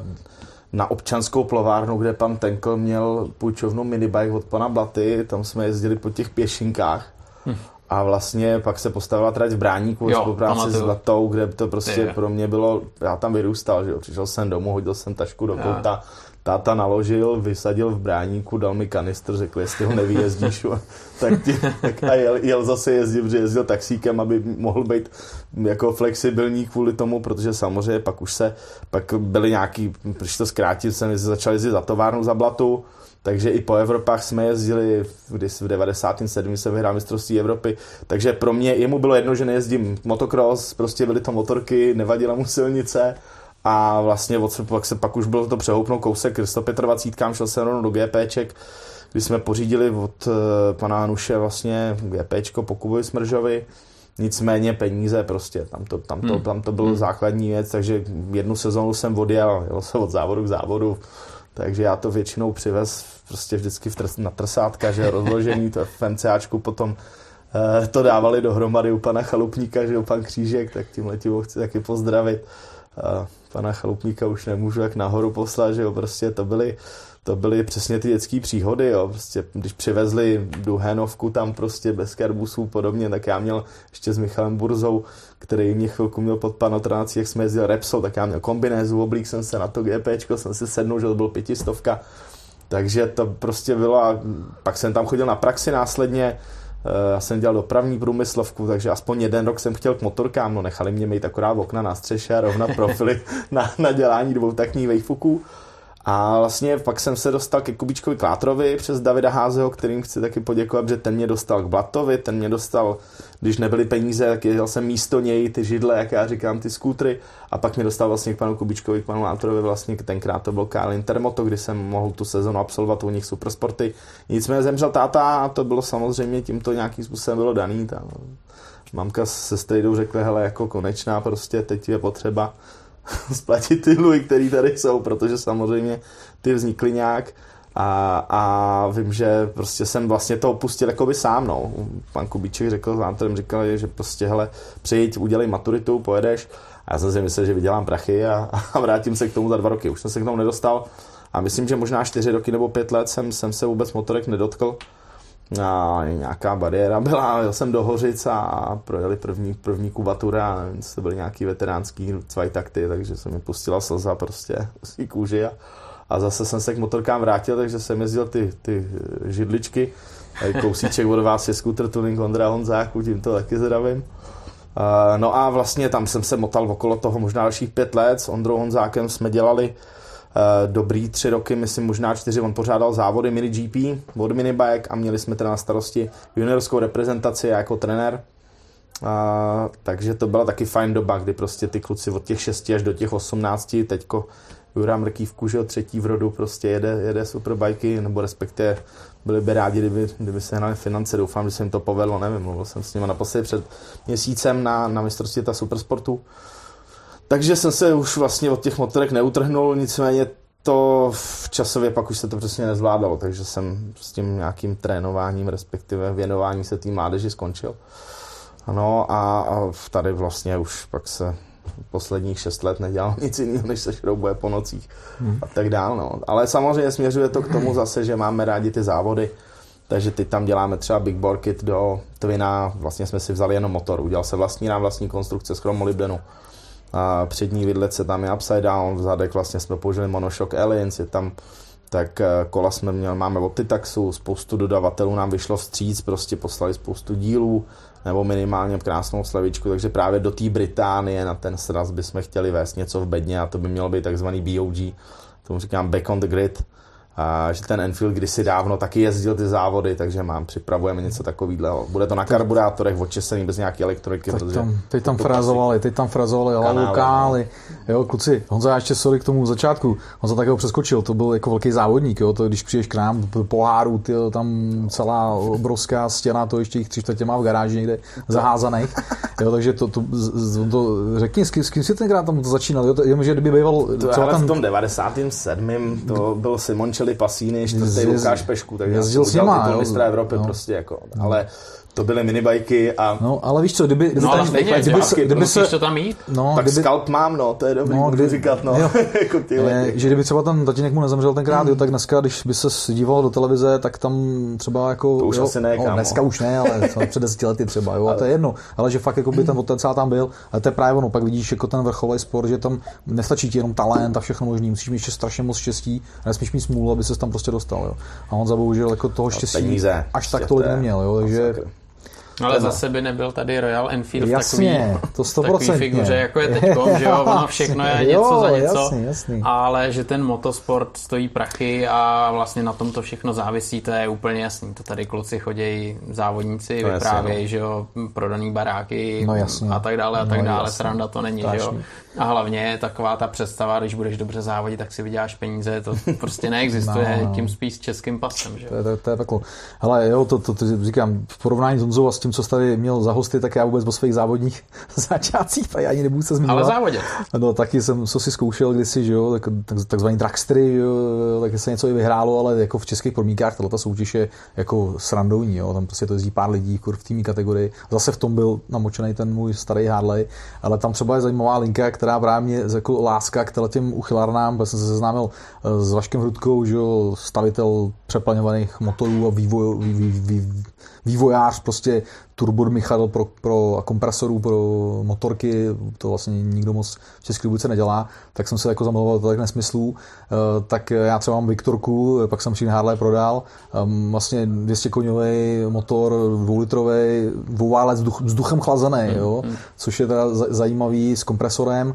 na občanskou plovárnu, kde pan Tenkl měl půjčovnu minibike od pana Blaty, tam jsme jezdili po těch pěšinkách hm. a vlastně pak se postavila trať v Bráníku ve spolupráci s Blatou, kde to prostě Ty. pro mě bylo, já tam vyrůstal, že jo, přišel jsem domů, hodil jsem tašku do kouta, táta naložil, vysadil v Bráníku, dal mi kanistr, řekl, jestli ho nevyjezdíš, tak, ti, tak a jel, jel zase jezdil, protože jezdil taxíkem, aby mohl být jako flexibilní kvůli tomu, protože samozřejmě pak už se, pak byly nějaký, když to zkrátil, jsem začal jezdit za továrnu za Blatu, takže i po Evropách jsme jezdili, když v devadesátém sedmém se vyhrál mistrovství Evropy, takže pro mě, jemu bylo jedno, že nejezdím motocross, prostě byly to motorky, nevadila mu silnice a vlastně od, pak, se, pak už bylo to přehoupnout kousek k sto dvacet pět, šel jsem rovnou do GPček, kdy jsme pořídili od uh, pana Hanuše vlastně GPčko po Kubovi Smržovi, nicméně peníze prostě, tam to, tam to, hmm. tam to bylo hmm. základní věc, takže jednu sezónu jsem odjel, jel jsem od závodu k závodu, takže já to většinou přivez prostě vždycky v trs, na trsátka, že rozložení, to v MCAčku potom uh, to dávali dohromady u pana Chalupníka, že u pan Křížek, tak tímhle tím chci taky pozdravit. Uh, pana Chalupníka už nemůžu jak nahoru poslat, že jo, prostě to byly To byly přesně ty dětské příhody, jo. Prostě, když přivezli Duhenovku tam prostě bez karbusů podobně, tak já měl ještě s Michalem Burzou, který mě chvilku měl pod panotrací, jak jsme jezdili Repsol, tak já měl kombinézu, oblík jsem se na to GPčko, jsem si sednul, že to byl pětistovka, takže to prostě bylo a pak jsem tam chodil na praxi následně, já jsem dělal dopravní průmyslovku, takže aspoň jeden rok jsem chtěl k motorkám, no nechali mě mít akorát okna na střeše a rovnat profily na, na dělání dvoutaktních vejfuků. A vlastně pak jsem se dostal ke Kubíčkovi Klátrovi přes Davida Házeho, kterým chci taky poděkovat, že ten mě dostal k Blatovi, ten mě dostal, když nebyly peníze, tak jel jsem místo něj ty židle, jak já říkám, ty skútry, a pak mě dostal vlastně k panu Kubíčkovi, k panu Klátrovi, vlastně tenkrát to byl Karl Intermoto, kdy jsem mohl tu sezonu absolvovat u nich Supersporty. Nicméně zemřel táta a to bylo samozřejmě tímto nějakým způsobem bylo daný. Ta mamka se strejdou řekla, hele, jako konečná, prostě teď je potřeba splatit ty dluhy, které tady jsou, protože samozřejmě ty vznikly nějak a, a vím, že prostě jsem vlastně to opustil jakoby sám, no. Pan Kubíček řekl, vám tady říkal, že prostě hele, přijď, udělej maturitu, pojedeš a já jsem si myslel, že vydělám prachy a, a vrátím se k tomu za dva roky. Už jsem se k tomu nedostal a myslím, že možná čtyři roky nebo pět let jsem, jsem se vůbec motorek nedotkl. A nějaká bariéra byla, jel jsem do Hořic a projeli první, první kubatura a nevím, to byly nějaký veteránský cvajtakty, takže se mi pustila slza prostě z kůži a, a zase jsem se k motorkám vrátil, takže jsem jezdil ty, ty židličky, kousíček od vás je Scooter Tuning Ondra Honzáku, tím to taky zdravím. Uh, no a vlastně tam jsem se motal okolo toho možná dalších pět let, s Ondrou Honzákem jsme dělali Uh, dobrý tři roky, myslím možná čtyři, on pořádal závody mini G P od minibike a měli jsme teda na starosti juniorskou reprezentaci jako trenér. Uh, takže to byla taky fajn doba, kdy prostě ty kluci od těch šesti až do těch osmnácti, teďko Jura Mrkývku, že třetí v rodu prostě jede, jede superbajky, nebo respektive byli by rádi, kdyby, kdyby se hnali finance, doufám, že se jim to povedlo, nevím, mluvil jsem s nimi naposledy před měsícem na, na mistrovství ta Supersportu. Takže jsem se už vlastně od těch motorek neutrhnul, nicméně to v časově pak už se to přesně nezvládalo, takže jsem s tím nějakým trénováním, respektive věnováním se té mládeži skončil. No a, a tady vlastně už pak se posledních šest let nedělal nic jiného, než se šroubuje po nocích hmm. a tak dál. No. Ale samozřejmě směřuje to k tomu zase, že máme rádi ty závody, takže teď tam děláme třeba Big Bore Kit do Twina, vlastně jsme si vzali jenom motor, udělal se vlastní nám vlastní konstrukce z chromolybdenu. A přední vidlece tam je upside down, v zadek vlastně jsme použili Monoshock Aliens, je tam, tak kola jsme měli, máme od Titaxu, spoustu dodavatelů nám vyšlo vstříc, prostě poslali spoustu dílů, nebo minimálně krásnou slevičku, takže právě do té Británie na ten sraz bychom chtěli vést něco v bedně a to by mělo být takzvaný B O G, tomu říkám back on the grid. A že ten Enfield kdysi dávno taky jezdil ty závody, takže mám, připravujeme něco takového. Bude to na karburátorech, odčesený bez nějaké elektroniky. Teď tam, teď tam frazovali, teď tam frazovali lalukály. Jo, kluci, Honza, ještě sorry k tomu začátku. Honza tak ho přeskočil, to byl jako velký závodník, jo, to když přijdeš k nám, pohárů, ty, tam celá obrovská stěna, to ještě jich tři čtvrtě má v garáži někde zaházaných. Jo, takže to, to, to řekni, s kým, s kým si tenkrát tam to začínal, jo, to, jo, že kdyby býval... To ale tam... v tom devadesátém sedmém to byl Simoncelli Passini, čtvrtý Lukáš Pešku, takže jezdil s nima, jo, mistra Evropy no. prostě jako, no. Ale to byly minibajky a... No, ale víš co, kdyby... kdyby no, tam, ale stejně, kdyby se, kdyby musíš se, to tam jít? No, tak kdyby, skalp mám, no, to je dobrý, no, kdy, říkat, no. jako je, že kdyby třeba ten tatínek mu nezemřel tenkrát, mm. jo, tak dneska, když by se díval do televize, tak tam třeba jako... To už jo, asi ne, no, dneska už ne, ale před deseti lety třeba, jo, ale... to je jedno. Ale že fakt jako by ten potenciál tam byl, ale to je právě ono, pak vidíš jako ten vrcholový sport, že tam nestačí ti jenom talent a všechno možný, musíš mít ještě strašně moc štěstí, a nesmíš mít smůlu, aby ses tam prostě dostal, jo. A on bohužel jako toho štěstí až tak tolik neměl, jo, takže Ale zase by nebyl tady Royal Enfield jasně, takový, to sto procent takový figuře, jako je teďkom, že jo, ono všechno je něco jo, za něco, jasný, jasný. Ale že ten motosport stojí prachy a vlastně na tom to všechno závisí, to je úplně jasný. To tady kluci chodějí, závodníci, to vyprávějí, že jo, prodaný baráky no, jasně. a tak dále a tak no, dále, jasně. Sranda to není, Strašný. že jo. A hlavně taková ta představa, když budeš dobře závodit, tak si vyděláš peníze, to prostě neexistuje, no, no. tím spíš s českým pasem, že jo. To je, to, to je peklo. Hele, jo, to, to, to říkám, v porovnání s Honzou a s tím, co jsi tady měl za hosty, tak já vůbec o svých závodních začátcích, tady ani nebudu se zmiňovat. Ale závodit. No, taky jsem, co si zkoušel kdysi, že jo, tak, tak, takzvaný dragstery, jo, taky se něco i vyhrálo, ale jako v českých podmínkách tato soutěž je jako srandovní, jo, tam prostě to jezdí pár lidí v té kategorii. Zase v tom byl namočený ten můj starý Harley, ale tam třeba je zajímavá linka, která právě mě jako láska k těm uchylárnám, protože jsem se seznámil s Vaškem Hrudkou, že jo, stavitel přeplňovaných motorů a vývoj, vý, vý, vý, vývojář, prostě turbodmychadel pro, pro a kompresorů pro motorky, to vlastně nikdo moc v České republice nedělá, tak jsem se jako zamiloval do tak nesmyslů, tak já třeba mám Viktorku, pak jsem si Harley prodal, vlastně dvě stě koňový motor, dvoulitrový, dvouválec vzduchem chlazený, jo, což je teda zajímavý s kompresorem.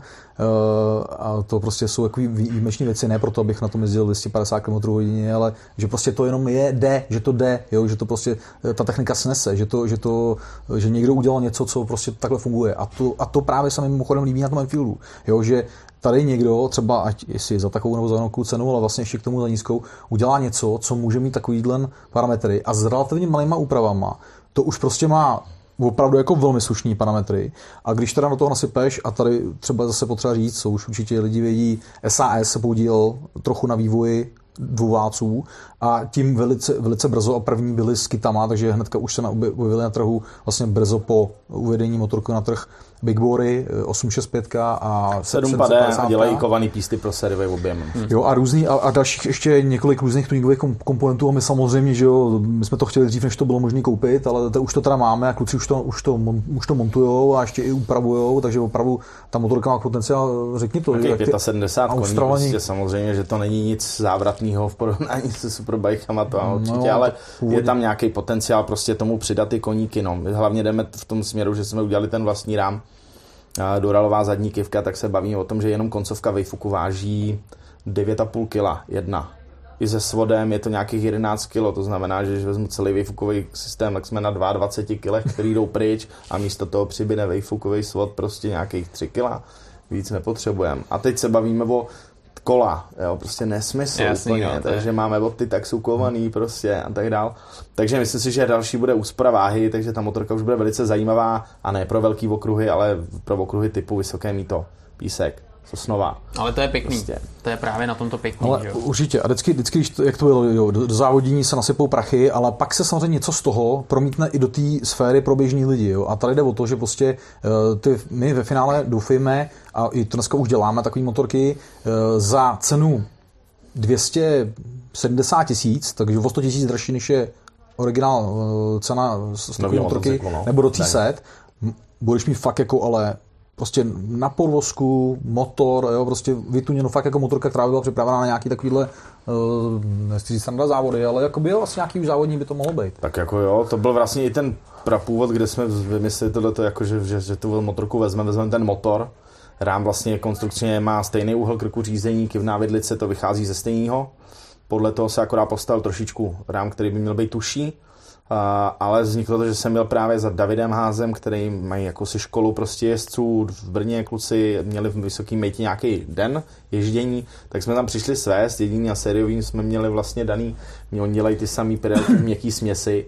Uh, a to prostě jsou takový výjimečné věci, ne proto, abych na tom jezdil dvě stě padesát kilometrů hodině, ale že prostě to jenom je, jde, že to jde, jo, že to prostě ta technika snese, že to, že to, že někdo udělal něco, co prostě takhle funguje. A to, a to právě se mi mimochodem líbí na tom Enfieldu, jo, že tady někdo třeba, ať jestli za takovou nebo za nějakou cenu, ale vlastně ještě k tomu za nízkou, udělá něco, co může mít takovýhle parametry a s relativně malýma úpravama to už prostě má opravdu jako velmi slušný parametry. A když teda do toho nasypeš, a tady třeba zase potřeba říct, co už určitě lidi vědí, S A S se podílel trochu na vývoji dvouválců a tím velice, velice brzo a první byli s kitama, takže hnedka už se objevili na trhu vlastně brzo po uvedení motorku na trh Big Bory, osm šest pět a sedm padé a dělají kovaný písty pro sériový objem. Hmm. Jo a různý a, a dalších ještě několik různých tuningových komponentů a my samozřejmě, že jo, my jsme to chtěli dřív, než to bylo možné koupit, ale to, už to teda máme a kluci už to, už to, už to montujou a ještě i upravujou, takže opravdu ta motorka má potenciál, řekni to. Okay, sedmdesát pět koní, prostě samozřejmě, že to není nic závratného v porovnání se superbikama, to no, určitě, ale je tam nějaký potenciál prostě tomu přidat ty koníky, no. Hlavně jdeme v tom směru, že jsme udělali ten vlastní rám, doralová zadní kivka, tak se bavíme o tom, že jenom koncovka Wayfuku váží devět a půl kila jedna. I se svodem je to nějakých jedenáct kilo, to znamená, že když vezmu celý Wayfukový systém, tak jsme na dvacet dva kilech, který jdou pryč a místo toho přibyde Wayfukový svod prostě nějakých tři kila. Víc nepotřebujeme. A teď se bavíme o kola, jo, prostě nesmysl Jasný, úplně, jo, takže je. Máme boty tak jsou kovaný prostě a tak dál. Takže myslím si, že další bude úspora váhy, takže ta motorka už bude velice zajímavá a ne pro velký okruhy, ale pro okruhy typu Vysoké Mýto, Písek, Sosnová. Ale to je pěkný, prostě. To je právě na tomto pěkný. Ale že? Určitě, a vždycky, vždycky jak to bylo, jo, do, do závodění se nasypou prachy, ale pak se samozřejmě něco z toho promítne i do té sféry pro běžný lidi. Jo. A tady jde o to, že prostě ty, my ve finále doufejme, a i to dneska už děláme, takové motorky za cenu dvě stě sedmdesát tisíc, takže o sto tisíc dražší, než je originál cena z takové motorky, no. Nebo do tří set, budeš mít fakt jako ale prostě na podvozku, motor, jo, prostě vytuněno fakt jako motorka, která by byla připravená na nějaký takovýhle, uh, nechci říct na závody, ale jako by vlastně nějaký už závodní by to mohlo být. Tak jako jo, to byl vlastně i ten prapůvod, kde jsme vymysleli tohleto, jako že, že, že tu motorku vezmeme, vezmeme ten motor, rám vlastně konstrukčně má stejný úhel krku řízení, kivná vidlice, to vychází ze stejného, podle toho se akorát postavil trošičku rám, který by měl být tuší. Uh, ale vzniklo to, že jsem byl právě za Davidem Házem, který mají jakousi školu prostě jezdců v Brně, kluci měli v Vysoký Mejtě nějaký den ježdění, tak jsme tam přišli svést, jediný a sériovým jsme měli vlastně daný, oni dělají ty samý měkký směsi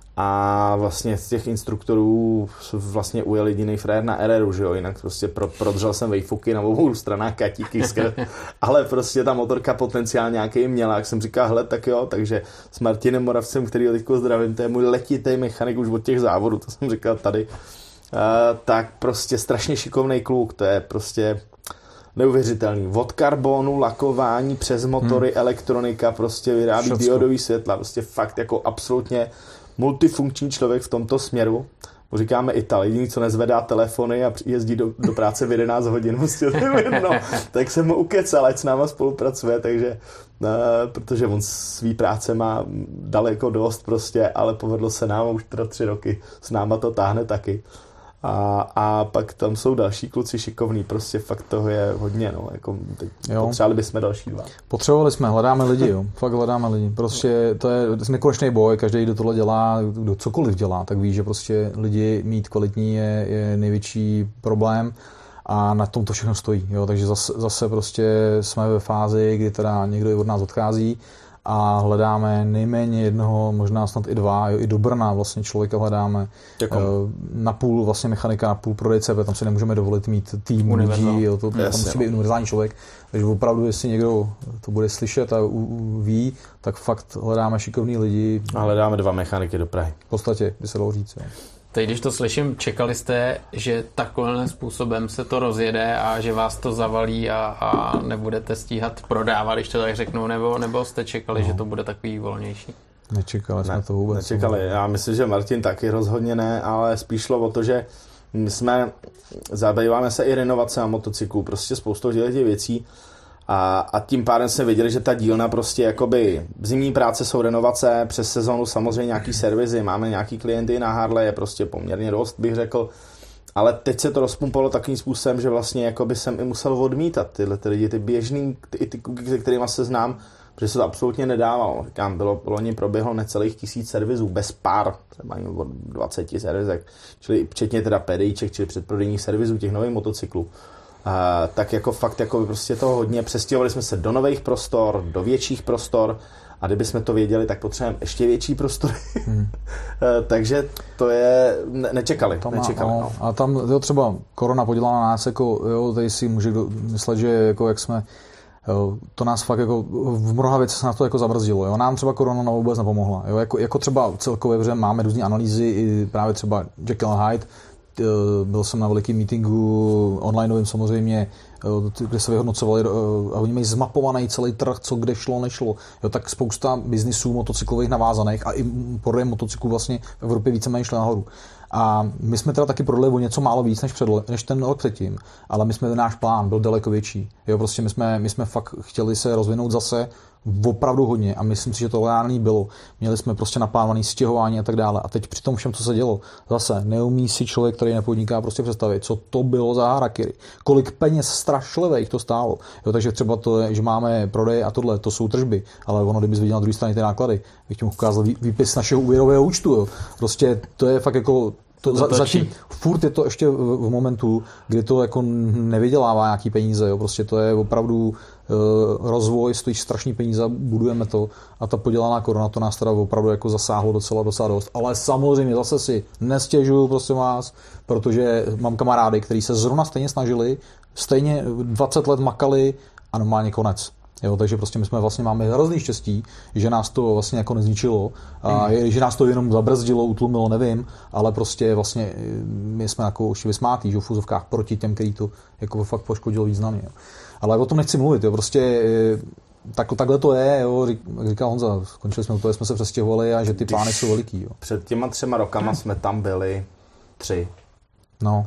a vlastně z těch instruktorů vlastně ujel jediný frér na R R U, že jo, jinak prostě pro, prodržel jsem Wayfuky na obou stranách katíky, ale prostě ta motorka potenciál nějaký měla, jak jsem říkal, hle, tak jo, takže s Martinem Moravcem, který ho teďko zdravím, to je můj letitý mechanik už od těch závodů, to jsem říkal tady, uh, tak prostě strašně šikovnej kluk, to je prostě neuvěřitelný. Od karbonu, lakování, přes motory, hmm. elektronika, prostě vyrábí Všecko. Diodový světla, prostě fakt jako absolutně multifunkční člověk v tomto směru. mu říkáme Ital, jediný, co nezvedá telefony a jezdí do, do práce v jedenáct hodin, prostě to je jedno. Tak jsem mu ukecal, ať s náma spolupracuje, takže uh, protože on svý práce má daleko dost prostě, ale povedlo se nám už teda tři roky, s náma to táhne taky. A, a pak tam jsou další kluci šikovní, prostě fakt toho je hodně, no, jako teď potřebovali bychom další dva. Potřebovali jsme, hledáme lidi, jo, fakt hledáme lidi, prostě to je nekonečný boj, každý, kdo tohle dělá, kdo cokoliv dělá, tak ví, že prostě lidi mít kvalitní je, je největší problém a na tom to všechno stojí, jo, takže zase, zase prostě jsme ve fázi, kdy teda někdo od nás odchází a hledáme nejméně jednoho, možná snad i dva, jo, i do Brna vlastně člověka hledáme. Děkuji. Na půl vlastně mechanika, na půl prodejce, protože tam si nemůžeme dovolit mít tým lidí, jo, to, tam musí být univerzální člověk. Takže opravdu, jestli někdo to bude slyšet a u, u, ví, tak fakt hledáme šikovný lidi. A hledáme dva mechaniky do Prahy. V podstatě, by se dalo říct. Jo. Teď, když to slyším, čekali jste, že takovým způsobem se to rozjede a že vás to zavalí a, a nebudete stíhat prodávat, když to tak řeknu, nebo, nebo jste čekali, no. že to bude takový volnější? Nečekali jsme ne, to vůbec. Nečekali. Já myslím, že Martin taky rozhodně ne, ale spíš šlo o to, že my jsme, zabýváme se i renovace na motocyklu, prostě spoustu těch věcí a, a tím pádem jsme věděli, že ta dílna prostě jakoby zimní práce jsou renovace, přes sezonu samozřejmě nějaký servizy, máme nějaký klienty na Harley, je prostě poměrně dost, bych řekl, ale teď se to rozpumpovalo takovým způsobem, že vlastně jakoby jsem i musel odmítat tyhle ty lidi, ty běžný, ty, ty kuky, se kterýma se znám, protože se to absolutně nedávalo. Říkám, bylo, loni proběhlo necelých tisíc servizů, bez pár, třeba o dvacet servizek, čili včetně teda pedíček, čili předprodejních servisů těch nových motocyklů. Uh, tak jako fakt jako prostě toho hodně, přestěhovali jsme se do nových prostor, do větších prostor a kdybychom to věděli, tak potřebujeme ještě větší prostory. Hmm. uh, takže to je, ne, nečekali, tam nečekali. Má, no. A tam jo, třeba korona podělala na nás, jako, jo, tady si může myslet, že jako jak jsme, jo, to nás fakt jako v mnoha věcech se nás to jako zabrzdilo. Jo. Nám třeba korona vůbec nepomohla. Jo. Jako, jako třeba celkově, protože máme různé analýzy, i právě třeba Jekyll and Hyde. Byl jsem na velikém meetingu onlineovým samozřejmě, kde se vyhodnocovali a oni mají zmapovaný celý trh, co kde šlo, nešlo. Jo, tak spousta biznisů motocyklových navázaných a i prodej motocyklů vlastně v Evropě víceméně šlo nahoru. A my jsme teda taky prodali o něco málo víc než, předle, než ten rok předtím, ale my jsme, náš plán byl daleko větší. Jo, prostě my jsme, my jsme fakt chtěli se rozvinout zase opravdu hodně a myslím si, že to reálný bylo. Měli jsme prostě naplánované stěhování a tak dále. A teď při tom všem, co se dělo, zase neumí si člověk, který nepodniká, prostě představit, co to bylo za harakiri. Kolik peněz strašlivých to stálo. Jo, takže třeba to, že máme prodej a tohle, to jsou tržby, ale ono, kdybys viděl na druhé straně ty náklady, bych ti mohl ukázat výpis našeho úvěrového účtu. Jo. Prostě to je fakt jako To za, zatím furt je to ještě v, v momentu, kdy to jako nevydělává nějaký peníze, jo. Prostě to je opravdu e, rozvoj, stojí strašný peníze, budujeme to a ta podělaná korona to nás teda opravdu jako zasáhlo docela docela dost. Ale samozřejmě zase si nestěžuju, prosím vás, protože mám kamarády, kteří se zrovna stejně snažili, stejně dvacet let makali a normálně konec. Jo, takže prostě my jsme vlastně máme hrozný štěstí, že nás to vlastně jako nezničilo, a mm. že nás to jenom zabrzdilo, utlumilo, nevím, ale prostě vlastně my jsme jako už vysmátí, že v fuzovkách proti těm, který to jako fakt poškodilo víc námi. Jo. Ale o tom nechci mluvit, jo, prostě tak, takhle to je, jo, jak říkal Honza, skončili jsme to, jsme se přestěhovali a že ty plány jsou veliký. Jo. Před těma třema rokama jsme tam byli tři. No.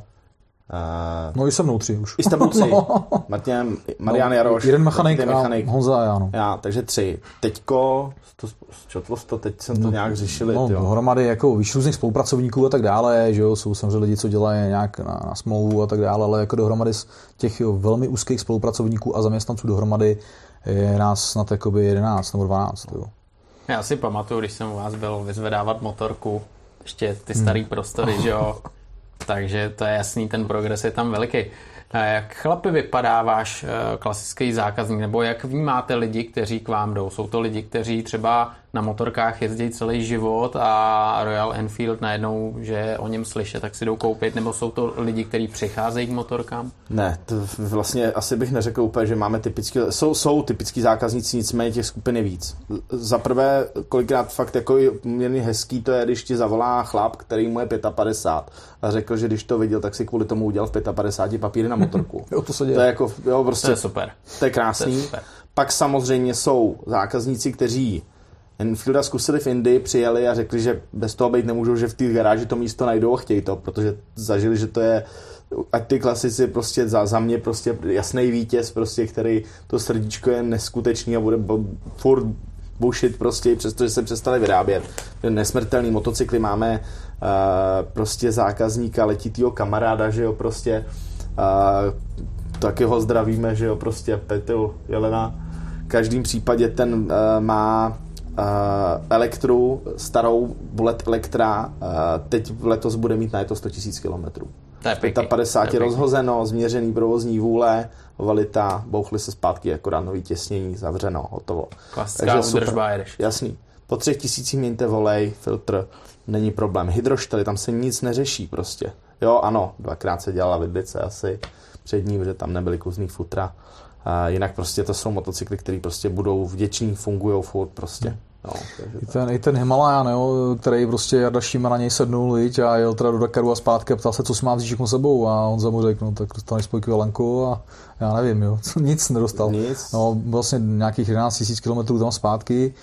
Uh, no i se mnou tři už. I s tebou tři. No. Martin, Marian no, Jaroš. Jeden mechanik a mechanik. Honza a já. No. Já, takže tři. Teďko, to, četlo to, teď jsem to no, nějak řešili. No, dohromady jako víš různých spolupracovníků a tak dále, že jo, jsou samozřejmě lidi, co dělají nějak na, na smlouvu a tak dále, ale jako dohromady z těch jo, velmi úzkých spolupracovníků a zaměstnanců dohromady je nás snad jakoby jedenáct nebo dvanáct. Jo. Já si pamatuju, když jsem u vás byl vyzvedávat motorku, ještě ty starý hmm. prostory, že jo. Takže to je jasný, ten progres je tam veliký. Jak chlapi vypadá váš klasický zákazník, nebo jak vnímáte lidi, kteří k vám jdou? Jsou to lidi, kteří třeba na motorkách jezdí celý život a Royal Enfield najednou, že o něm slyšet, tak si jdou koupit, nebo jsou to lidi, kteří přicházejí k motorkám? Ne, to vlastně asi bych neřekl úplně, že máme typický, jsou, jsou typický zákazníci, nicméně těch skupin je víc. Za prvé, kolikrát fakt jako poměrně hezký to je, když ti zavolá chlap, který mu je padesát pět a řekl, že když to viděl, tak si kvůli tomu udělal v padesáti pěti papíry na motorku. Jo, to se děje. To je jako, jo, prostě, to je super. To je krásný. To je super. Pak samozřejmě jsou zákazníci, kteří Enfielda zkusili v Indii, přijeli a řekli, že bez toho být nemůžou, že v té garáži to místo najdou a chtějí to, protože zažili, že to je, ať ty klasici prostě za, za mě prostě jasný vítěz, prostě, který to srdíčko je neskutečný a bude bo, furt bullshit prostě, přestože se přestali vyrábět. Nesmrtelný motocykly máme uh, prostě zákazníka, letitýho kamaráda, že jo, prostě uh, taky ho zdravíme, že jo, prostě Petru Jelena. V každém případě ten uh, má uh, elektru, starou Bullet Electra, uh, teď letos bude mít na je to sto tisíc kilometrů. To je padesát rozhozeno, změřený provozní vůle, valita, bouchly se zpátky, akorát nový těsnění, zavřeno, hotovo. Klasická údržba, jedeš. Jasný. Po třech tisících měňte volej, filtr, není problém. Hydroštely, tam se nic neřeší prostě. Jo, ano, dvakrát se dělala vidlice asi přední, protože tam nebyly kuzný futra. A jinak prostě to jsou motocykly, které prostě budou vděční, fungujou furt prostě. No, I, ten, I ten Himalayan, jo, který prostě Jarda Šíma na něj sednul, viď, a jel teda do Dakaru a zpátky a ptal se, co si má vzít všechno sebou, a on za mu řekl, no tak dostaneš spojky Valenko a já nevím, jo, nic nedostal. Nic. No, vlastně nějakých jedenáct tisíc kilometrů tam zpátky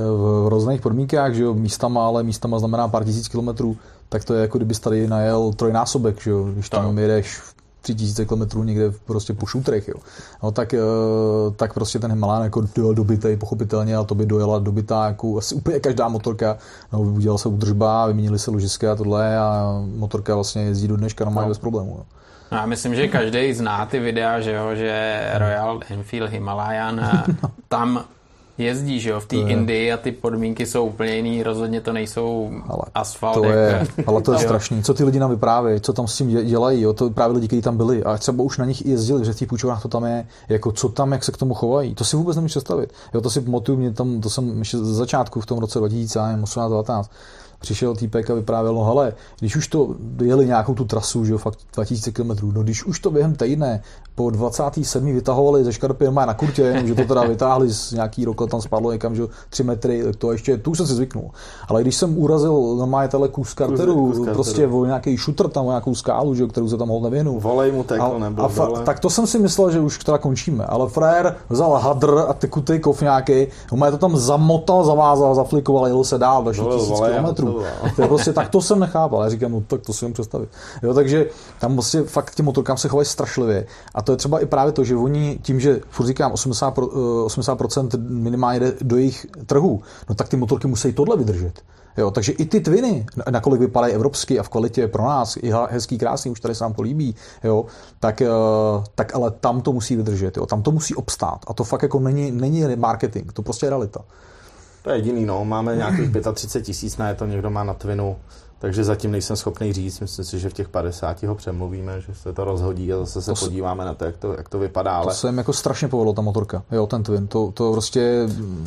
v různých podmínkách, že jo, místama, ale místama znamená pár tisíc kilometrů, tak to je jako kdybys tady najel trojnásobek, že jo, když tam jedeš tři tisíce kilometrů někde prostě po šutrech, jo. No, tak, tak prostě ten Himalayan jako dojel dobitej, pochopitelně, a to by dojela dobitá jako asi úplně každá motorka. No, udělala se údržba, vyměnili se ložiska a tohle a motorka vlastně jezdí do dneška normálně no. bez problémů. Jo. No, já myslím, že každý zná ty videa, že jo, že Royal Enfield Himalayan no. tam jezdí, že jo, v té Indii a ty podmínky jsou úplně jiný, rozhodně to nejsou ale asfalt. To je, ale to je strašný. Co ty lidi nám vyprávějí, co tam s tím dělají, jo, to právě lidi, kteří tam byli a třeba už na nich i jezdili, že v těch půjčovnách to tam je, jako co tam, jak se k tomu chovají, to si vůbec nemůžu představit. Jo, to si pamatuju, mě tam, to jsem ještě z začátku v tom roce dva tisíce osmnáct devatenáct přišel týpek a vyprávěl, no hele, když už to jeli nějakou tu trasu, že jo, fakt dva tisíce kilometrů, no když už to během týdne po dvacátém sedmém vytahovali ze škarpy normálně na kurtě, jenom, že to teda vytáhli z nějaký rok, tam spadlo někam, že tři metry, to ještě, tu už jsem si zvyknul. Ale když jsem urazil normálně tenhle kus karteru, prostě o nějaký šutr tam, o nějakou skálu, že jo, kterou se tam hol nevěnul. Volej mu teklo, nebo fa- tak to jsem si myslel, že už teda končíme, ale frajer vzal hadr a tekutý kov nějaký, on to tam zamotal, zavázal, zaflikoval, jel se dál do tisíc kilometrů. To je prostě, tak to jsem nechápal. Já říkám, no tak to si jim představit. Jo, takže tam prostě fakt těm motorkám se chovají strašlivě. A to je třeba i právě to, že oni tím, že furt říkám osmdesát procent minimálně jde do jejich trhů, no tak ty motorky musí tohle vydržet. Jo, takže i ty Twiny, nakolik vypadají evropsky a v kvalitě pro nás, i hezký, krásný, už tady se nám to líbí, jo, tak, tak ale tam to musí vydržet, jo, tam to musí obstát. A to fakt jako není, není marketing, to prostě je realita. To je jediný, no. Máme nějakých třicet pět tisíc na je to, někdo má na Twinu, takže zatím nejsem schopný říct. Myslím si, že v těch padesáti ho přemluvíme, že se to rozhodí a zase se to podíváme na to, jak to, jak to vypadá. Ale... To se jim jako strašně povedlo, ta motorka. Jo, ten Twin, to, to prostě...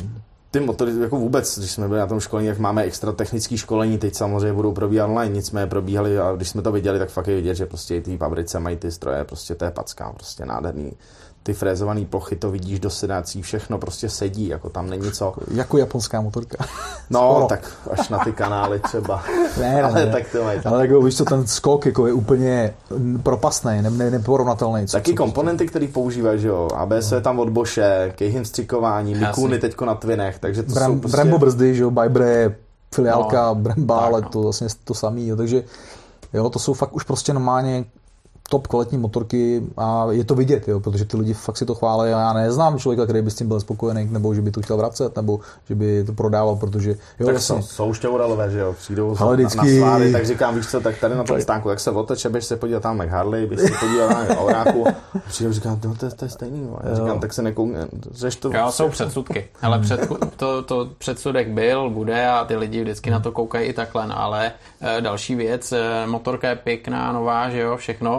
Ty motory, jako vůbec, když jsme byli na tom školení, jak máme extra technické školení, teď samozřejmě budou probíhat online, nicméně probíhali a když jsme to viděli, tak fakt je vidět, že prostě i ty fabrice mají ty stroje, prostě to je packá, prostě nádherný. Ty frézované plochy, to vidíš do sedací, všechno prostě sedí, jako tam není co. Jako japonská motorka. No, Skoro. Tak až na ty kanály třeba. Ne, ale ne. tak to mají tam. Ale jako, víš co, ten skok jako je úplně propastný, ne, ne, neporovnatelný. Taky co, komponenty, které používají, že jo, A B S no. je tam od Bosche, Keihin vstřikování, Mikuny teďko na Twinech, takže to Bram, jsou prostě... Brembo brzdy, že jo, Bybre, filiálka, no, Bremba, ale no. to vlastně to samý, jo, takže jo, to jsou fakt už prostě normálně top kvalitní motorky a je to vidět, jo, protože ty lidi fakt si to chválí a já neznám člověka, který by s tím byl spokojený, nebo že by to chtěl vracet, nebo že by to prodával, protože jo, tak jasně. jsou, jsou šťouralové, že jo, přijdou ale vždycky... na sváry, tak říkám, víš co, tak tady na tom stánku, jak se oteče, běž se podívat tam na Harley, běž se podívat na Auráku, přijdou, říkám, no, to, to je stejný, já říkám, tak se nekoukne, řeš to. Jo, jsou předsudky, ale před, to, to předsudek byl, bude a ty lidi vždycky na to koukají i takhle, no, ale e, další věc, e, motorka je pěkná, nová, že jo, všechno,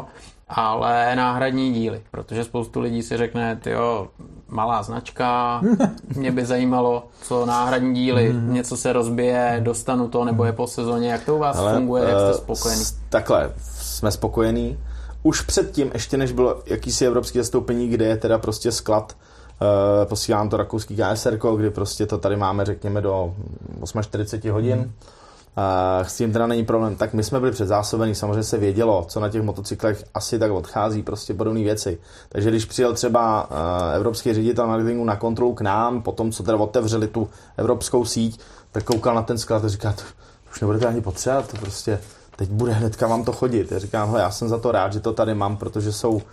ale náhradní díly, protože spoustu lidí si řekne, tyjo, malá značka, mě by zajímalo, co náhradní díly, mm. něco se rozbije, dostanu to, nebo je po sezóně, jak to u vás ale, funguje, jak jste spokojený? Takhle, jsme spokojení. Už předtím, ještě než bylo jakýsi evropský zastoupení, kde je teda prostě sklad, uh, posílám to rakouský K S R, kdy prostě to tady máme, řekněme, do čtyřicet osm hodin. Mm. Uh, s tím teda není problém. Tak my jsme byli předzásobení, samozřejmě se vědělo, co na těch motocyklech asi tak odchází, prostě podobné věci. Takže když přijel třeba uh, evropský ředitel marketingu na kontrolu k nám, potom co teda otevřeli tu evropskou síť, tak koukal na ten sklad a říká, to už nebudete ani potřebovat, to prostě teď bude hnedka vám to chodit. Já říkám, hele, já jsem za to rád, že to tady mám, protože jsou uh,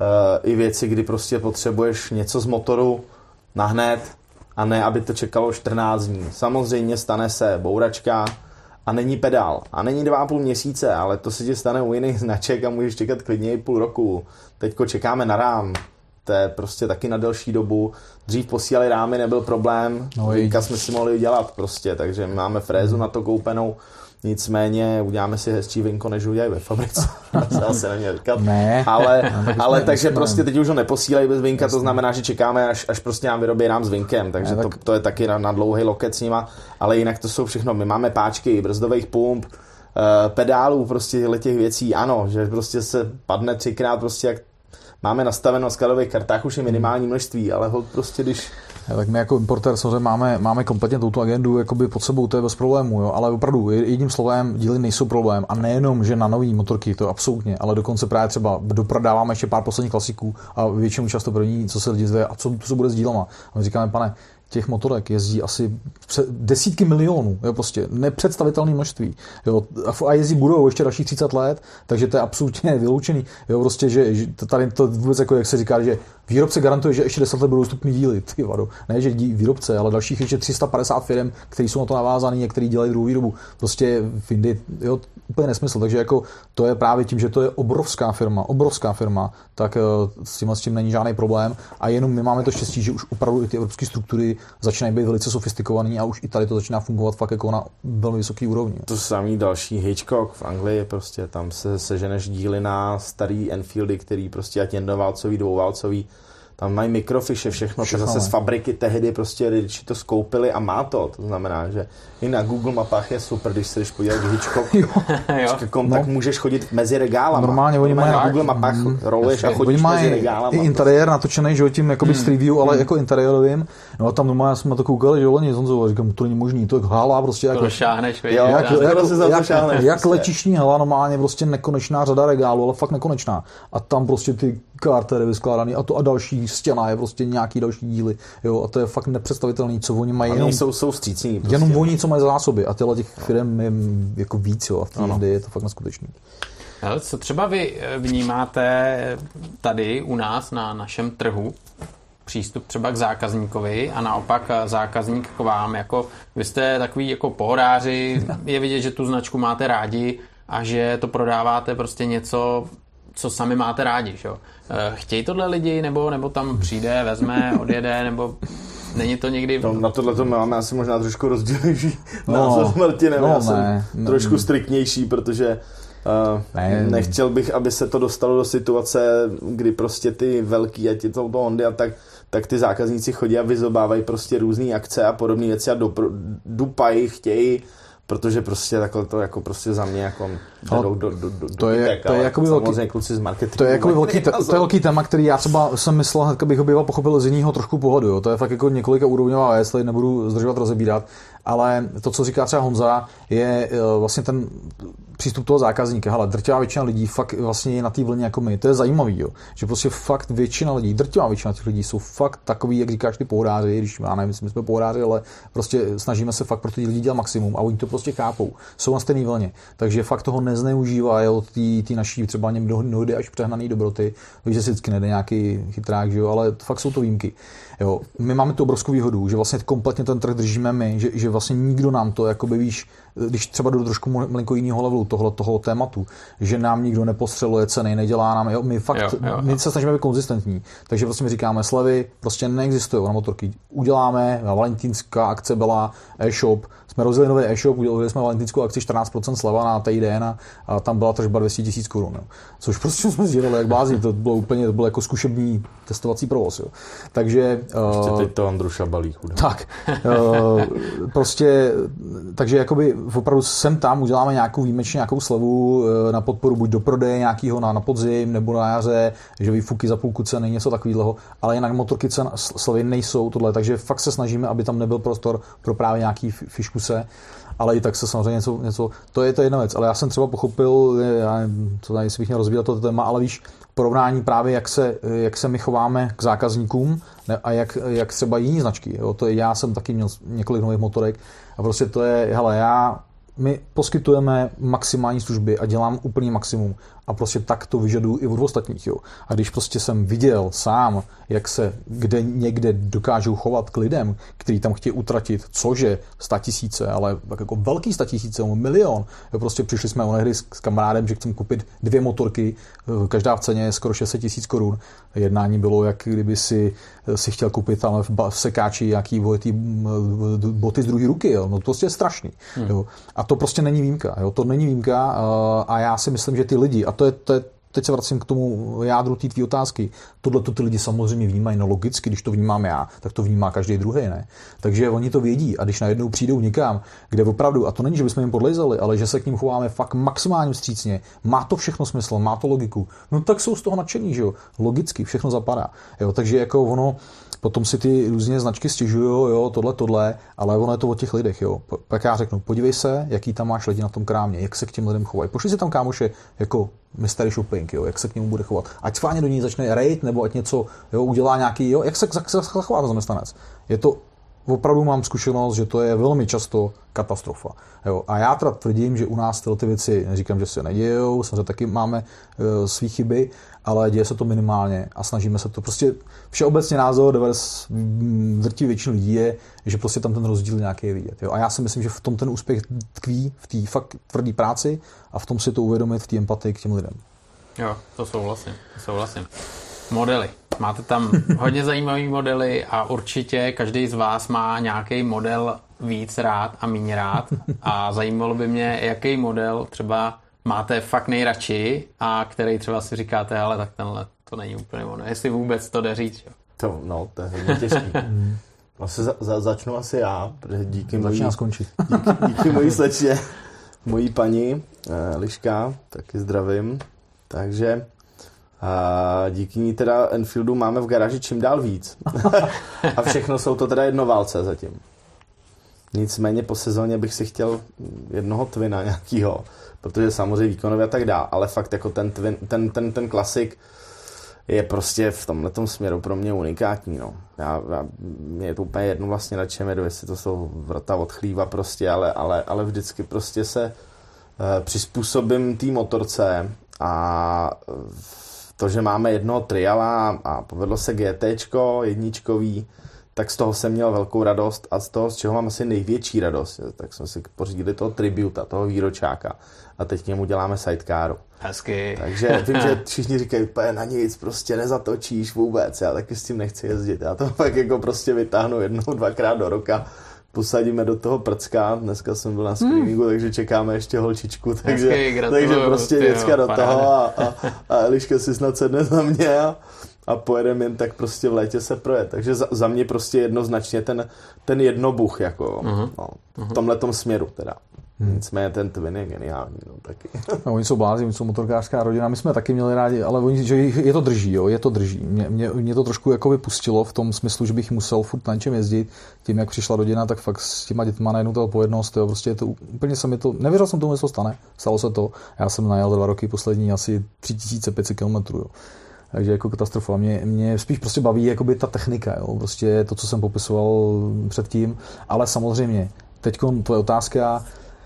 i věci, kdy prostě potřebuješ něco z motoru nahned a ne, aby to čekalo čtrnáct dní. Samozřejmě stane se bouračka a není pedál. A není dva a půl měsíce, ale to se ti stane u jiných značek a můžeš čekat klidně i půl roku. Teďko čekáme na rám. To je prostě taky na delší dobu. Dřív posílali rámy, nebyl problém. No Teďka jsme si mohli dělat prostě, takže my máme frézu hmm. na to koupenou. Nicméně uděláme si hezčí vinko, než udělají ve fabrice. To se asi neměl říkat. Ne. Ale, ale takže prostě teď už ho neposílají bez vinka, to znamená, že čekáme, až, až prostě nám vyrobí rám s vinkem. Takže ne, tak... to, to je taky na, na dlouhý loket s nima. Ale jinak to jsou všechno. My máme páčky brzdových pump, pedálů, prostě těch věcí. Ano, že prostě se padne třikrát, prostě jak máme nastaveno na skladových kartách už je minimální množství, ale hod prostě když... Ja, tak my jako importér samozřejmě máme, máme kompletně touto agendu jakoby pod sebou, to je bez problémů, jo? Ale opravdu jedním slovem díly nejsou problém a nejenom, že na nový motorky, to absolutně, ale dokonce právě třeba doprodáváme ještě pár posledních klasiků a většinou často první, co se lidi zve, a co, co bude s dílama. A my říkáme, pane, těch motorek jezdí asi desítky milionů, jo, prostě nepředstavitelné množství. Jo, a jezdí budou ještě dalších třicet let, takže to je absolutně vyloučený. Jo, prostě, že, že tady to vůbec jako, jak se říká, že výrobce garantuje, že ještě deset let budou dostupný díly. Ty vado. Ne, že výrobce, ale dalších ještě tři sta padesát firm, kteří jsou na to navázaný a kteří dělají druhou výrobu. Prostě v Indii, jo, úplně nesmysl. Takže jako to je právě tím, že to je obrovská firma, obrovská firma, tak s tím, s tím není žádný problém. A jenom my máme to štěstí, že už opravdu i ty evropské struktury začínají být velice sofistikovaný a už i tady to začíná fungovat fakt jako na velmi vysoké úrovni. To samý další Hitchcock v Anglii, prostě tam se seženeš díly na starý Enfieldy, který prostě ať jednoválcový, dvouválcový, tam mají mikrofishe, všechno, všechno to zase z fabriky tehdy prostě když to skoupili a má to, to znamená, že i na Google mapách je super, když se jdeš podívat Hitchcock, Hitchcockom, tak no. Můžeš chodit mezi regálama. Normálně oni mají na Google mapách mm, roluješ a chodíš mezi regálama. I interiér natočený, že tím jakoby mm. street view, ale mm. jako interiérovým. No a tam normálně jsme na to koukali, že oni Honzo, říkám, to není možný, to je hala prostě jako. To šáhneš, jo, jak, jak, jak, jak, jak letišní hala, normálně prostě nekonečná řada regálů, ale fakt nekonečná. A tam prostě ty kartery vyskládaný a to a další stěna je prostě nějaký další díly, jo, a to je fakt nepředstavitelný, co oni mají. Oni jsou, jsou vstřícní. Prostě. Jenom oni, co mají zásoby a těla těch firm je jako víc, jo, a v té Indii je to fakt neskutečný. Ale co třeba vy vnímáte tady u nás na našem trhu, přístup třeba k zákazníkovi a naopak zákazník k vám, jako vy jste takový jako pohodáři, je vidět, že tu značku máte rádi a že to prodáváte prostě něco, co sami máte rádi, jo. Chtějí tohle lidi, nebo, nebo tam přijde, vezme, odjede, nebo není to někdy... To, na tohle to máme asi možná trošku rozdílnější no, názor s Martinem, no, já jsem ne, trošku ne. striktnější, protože uh, ne. nechtěl bych, aby se to dostalo do situace, kdy prostě ty velký, ať je to Hondy a tak, tak ty zákazníci chodí a vyzobávají prostě různý akce a podobné věci a dopro, dupají, chtějí, protože prostě takhle to jako prostě za mě jako no, do, do, do, do to je, to je jakoby velký, kluci z marketingu. To je jakoby velký, to, to je velký téma, který já třeba jsem myslel, hnedka bych ho býval pochopil z jiného trošku pohledu, jo. To je fakt jako několika úrovňová věc, tady nebudu zdržovat rozebírat, ale to, co říká třeba Honza, je vlastně ten přístup toho zákazníka. Hele, drtivá většina lidí fakt vlastně je na té vlně jako my. To je zajímavý, jo. Že prostě fakt většina lidí, drtivá většina těch lidí jsou fakt takový, jak říkáš ty pohodáři, když já nevím, my jsme pohodáři, ale prostě snažíme se fakt pro ty lidi dělat maximum a oni to prostě chápou. Jsou na stejné vlně. Takže fakt toho nezneužívají od té naší třeba mnohdy až přehnaný dobroty. Víš, že si vždycky nejde nějaký chytrák, že jo, ale fakt jsou to výjimky. Jo. My máme tu obrovskou výhodu, že vlastně kompletně ten trh držíme my, že, že vlastně nikdo nám to, jakoby víš, když třeba do trošku malinko jiného levelu tohle, toho tématu, že nám nikdo nepostřeluje ceny, nedělá nám, jo, my fakt, jo, jo, my se snažíme být konzistentní, takže prostě my říkáme, slevy prostě neexistují na motorky, uděláme, valentínská akce byla e-shop, jsme rozjeli nový e-shop, udělali jsme valentínskou akci čtrnáct procent sleva na týden a, a tam byla tržba dvě stě tisíc korun, jo. Což prostě jsme sdělali jak blázni, to bylo úplně, to byl jako zkušební testovací provoz, jo. Takže ještě uh, teď to Andruša balí, chudá. Tak, uh, prostě, takže jakoby opravdu sem tam uděláme nějakou výjimečně nějakou slevu na podporu buď do prodeje nějakého na, na podzim nebo na jaře, že výfuky za půlku ceny, něco takového, ale jinak motorky cen slevy nejsou tohle, takže fakt se snažíme, aby tam nebyl prostor pro právě nějaký fiškuse. ale i tak se samozřejmě něco, něco to je to jedna věc, ale já jsem třeba pochopil, já nevím, co tady si bych měl rozvíjet toto téma, ale víš, porovnání právě, jak se, jak se my chováme k zákazníkům ne, a jak, jak třeba jiní značky. Jo, to je, já jsem taky měl několik nových motorek a prostě to je, hele, já my poskytujeme maximální služby a dělám úplný maximum a prostě tak to vyžaduju i od ostatních. Jo. A když prostě jsem viděl sám, jak se kde někde dokážou chovat k lidem, kteří tam chtějí utratit, cože statisíce, ale jako velký statisíce, milion. Jo, prostě přišli jsme onehdy s kamarádem, že chceme koupit dvě motorky, každá v ceně je skoro šest set tisíc korun. Jednání bylo, jak kdyby si, si chtěl koupit tam v, v sekáči nějaký ty boty z druhé ruky. Jo. No to prostě je strašný. Hmm. Jo. A to prostě není výjimka. Jo. To není výjimka a já si myslím, že ty lidi, a to je, to je teď se vracím k tomu jádru té tvý otázky. Tohle to ty lidi samozřejmě vnímají, no logicky, když to vnímám já, tak to vnímá každý druhý, ne? Takže oni to vědí a když najednou přijdou někam, kde opravdu, a to není, že bychom jim podlejzali, ale že se k ním chováme fakt maximálně vstřícně, má to všechno smysl, má to logiku, no tak jsou z toho nadšení, že jo? Logicky, všechno zapadá. Jo? Takže jako ono, potom si ty různě značky stěžují, jo, tohle, tohle, ale ono je to o těch lidech, jo. Pak já řeknu, podívej se, jaký tam máš lidi na tom krámě, jak se k těm lidem chovají. Pošli si tam kámoše jako mystery shopping, jo, jak se k němu bude chovat. Ať fáně do něj začne raid, nebo ať něco, jo, udělá nějaký, jo, jak se zachová zaměstnanec. Je to, opravdu mám zkušenost, že to je velmi často katastrofa. Jo. A já teda tvrdím, že u nás tyhle ty věci, neříkám, že se nedějou, samozřejmě taky máme uh, svý chyby, ale děje se to minimálně a snažíme se to. Prostě všeobecně názor drtí většinu lidí je, že prostě tam ten rozdíl nějaký je vidět. Jo. A já si myslím, že v tom ten úspěch tkví v té fakt tvrdé práci a v tom si to uvědomit, v té empatii k těm lidem. Jo, to souhlasím, to souhlasím. Modely. Máte tam hodně zajímavý modely a určitě každý z vás má nějaký model víc rád a méně rád a zajímalo by mě, jaký model třeba máte fakt nejradši a který třeba si říkáte, ale tak tenhle to není úplně ono. Jestli vůbec to jde říct. Jo. To, no, to je hodně těžký. Vlastně za, za, začnu asi já, protože díky mojí, díky, díky mojí slečně, mojí paní eh, Liška, taky zdravím, takže a díky ní teda Enfieldu máme v garáži čím dál víc. A všechno jsou to teda jednoválce zatím. Nicméně po sezóně bych si chtěl jednoho Twina nějakýho, protože samozřejmě výkonově a tak dál, ale fakt jako ten Twin, ten, ten, ten klasik je prostě v tomhletom směru pro mě unikátní. No. Já, já, mě je to úplně jedno vlastně, na čem jedu, jestli to jsou vrata od chlíva prostě, ale, ale, ale vždycky prostě se uh, přizpůsobím té motorce a to, že máme jednoho triala a povedlo se GTčko jedničkový, tak z toho jsem měl velkou radost a z toho, z čeho mám asi největší radost, tak jsme si pořídili toho tributa, toho výročáka a teď k němu děláme sidecaru. Hezky. Takže vím, že všichni říkají úplně na nic, prostě nezatočíš vůbec, já taky s tím nechci jezdit, já to pak jako prostě vytáhnu jednou, dvakrát do roka, posadíme do toho prcka, dneska jsem byl na screeningu, hmm. takže čekáme ještě holčičku, takže, Hezky, takže prostě děcka do paráda. toho a, a, a Eliška si snad sedne za mě a, a pojedeme jen tak prostě v létě se projet. Takže za, za mě prostě jednoznačně ten, ten jednobuch jako uh-huh. no, v tomhletom směru teda. Hmm. Nicméně ten Twin je geniální, no, taky. No, oni jsou blázni, oni jsou motorkářská rodina, my jsme taky měli rádi, ale oni, že je to drží, jo, je to drží. Mě, mě, mě to trošku jako vypustilo v tom smyslu, že bych musel furt na něčem jezdit. Tím, jak přišla rodina, tak fakt s těma dětma najednou to pojednost, jo, prostě je to úplně se mi to, nevěřil jsem tomu, že to stane, stalo se to. Já jsem najel dva roky poslední asi tři tisíce pět set kilometrů, jo. Takže jako katastrofa. Mě, mě spíš prostě baví jakoby ta technika, jo, prostě to, co jsem popisoval předtím, ale samozřejmě, teďko tvoje otázka.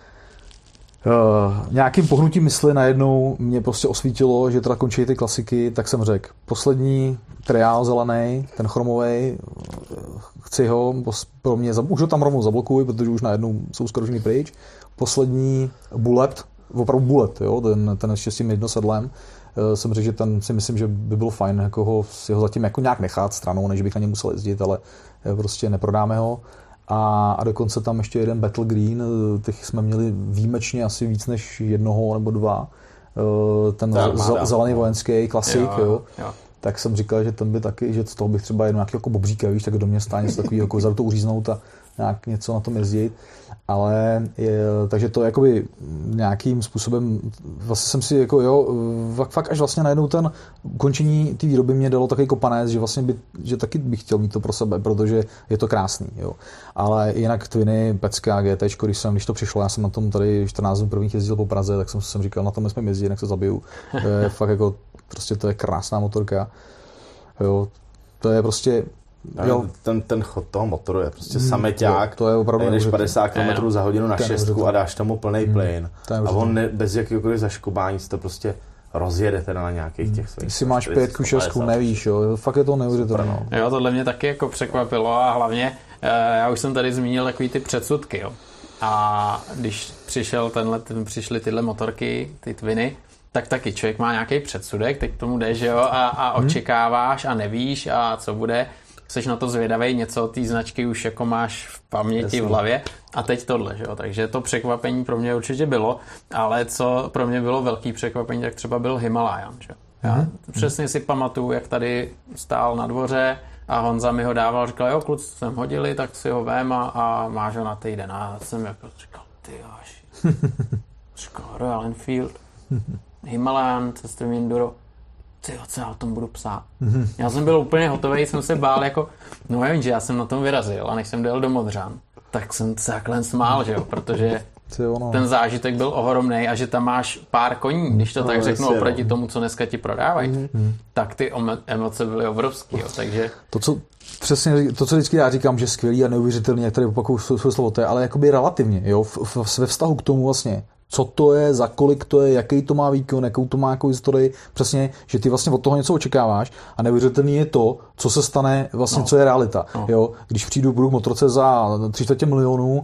Uh, nějakým pohnutím mysli najednou mě prostě osvítilo, že teda končí ty klasiky, tak jsem řekl, poslední triál zelený, ten chromovej, chci ho, pro mě, už ho tam rovnou zablokuj, protože už najednou jsou skoro všichni pryč. Poslední bullet, opravdu bullet, jo, ten, ten ještě s tím jednosedlem, uh, jsem řekl, že ten si myslím, že by bylo fajn jako ho, si ho zatím jako nějak nechat stranou, než bych na ně musel jezdit, ale prostě neprodáme ho. A, a dokonce tam ještě jeden Battle Green, těch jsme měli výjimečně asi víc než jednoho nebo dva. Ten z, zelený vojenský klasik, jo, jo. Jo. Tak jsem říkal, že ten by taky, že z toho bych třeba jedno nějaký jako bobříka, víš, tak do mě stá něco takového, jako za to uříznout a, nějak něco na tom jezdit. Ale je, takže to jakoby nějakým způsobem vlastně jsem si jako jo, fakt až vlastně najednou ten ukončení té výroby mě dalo takový kopanec, že vlastně by, že taky bych chtěl mít to pro sebe, protože je to krásný, jo. Ale jinak Twiny, Pecka, GTčko, když jsem, když to přišlo, já jsem na tom tady čtrnáct dnů prvních jezdil po Praze, tak jsem, jsem říkal, na tom jsme jezdit, jinak se zabiju. To je fakt jako, prostě to je krásná motorka. Jo, to je prostě Jo. Ten, ten chod toho motoru je prostě sameťák, to je opravdu než padesát kilometrů za hodinu na šestku a dáš tomu plný plyn. A on ne, bez jakéhokoliv zaškubání si to prostě rozjede teda na nějakých těch svých. Jestli máš pětku, šestku, nevíš, jo, fakt je to neuvěřitelné. Jo, tohle mě taky jako překvapilo a hlavně já už jsem tady zmínil takový ty předsudky, jo. A když přišel tenhle, ten, přišly tyhle motorky, ty Twiny, tak taky člověk má nějaký předsudek, teď k tomu jdeš, jo, a, a očekáváš a nevíš a co bude. Seš na to zvědavej, něco té značky už jako máš v paměti, Jasně. v hlavě a teď tohle, že jo, takže to překvapení pro mě určitě bylo, ale co pro mě bylo velký překvapení, tak třeba byl Himalayan, že jo. Já mm-hmm. přesně si pamatuju, jak tady stál na dvoře a Honza mi ho dával, říkal, jo, kluci jsem hodili, tak si ho vem a, a máš ho na týden a jsem jako říkal, ty až, říkal, Royal Enfield, Himalayan, cestovní enduro, tyjo, co já o tom budu psát. Mm-hmm. Já jsem byl úplně hotový, jsem se bál jako, no já vím, že já jsem na tom vyrazil a než jsem dojel do Modřan, tak jsem se takhle smál, že jo, protože ten zážitek byl ohromnej a že tam máš pár koní, když to no, tak řeknu, oproti tomu, co dneska ti prodávají, mm-hmm. tak ty emoce byly obrovský, jo, takže... To, co přesně, to, co vždycky já říkám, že skvělý a neuvěřitelný, jak tady opakuju svoje slovo, to je ale jakoby relativně, jo, v, v, ve vztahu k tomu vlastně, co to je, za kolik to je, jaký to má výkon, jakou to má jako historii, přesně, že ty vlastně od toho něco očekáváš a neuvěřitelný je to, co se stane, vlastně, no. co je realita. No. Jo? Když přijdu budu k motorce za tři čtvrtě milionů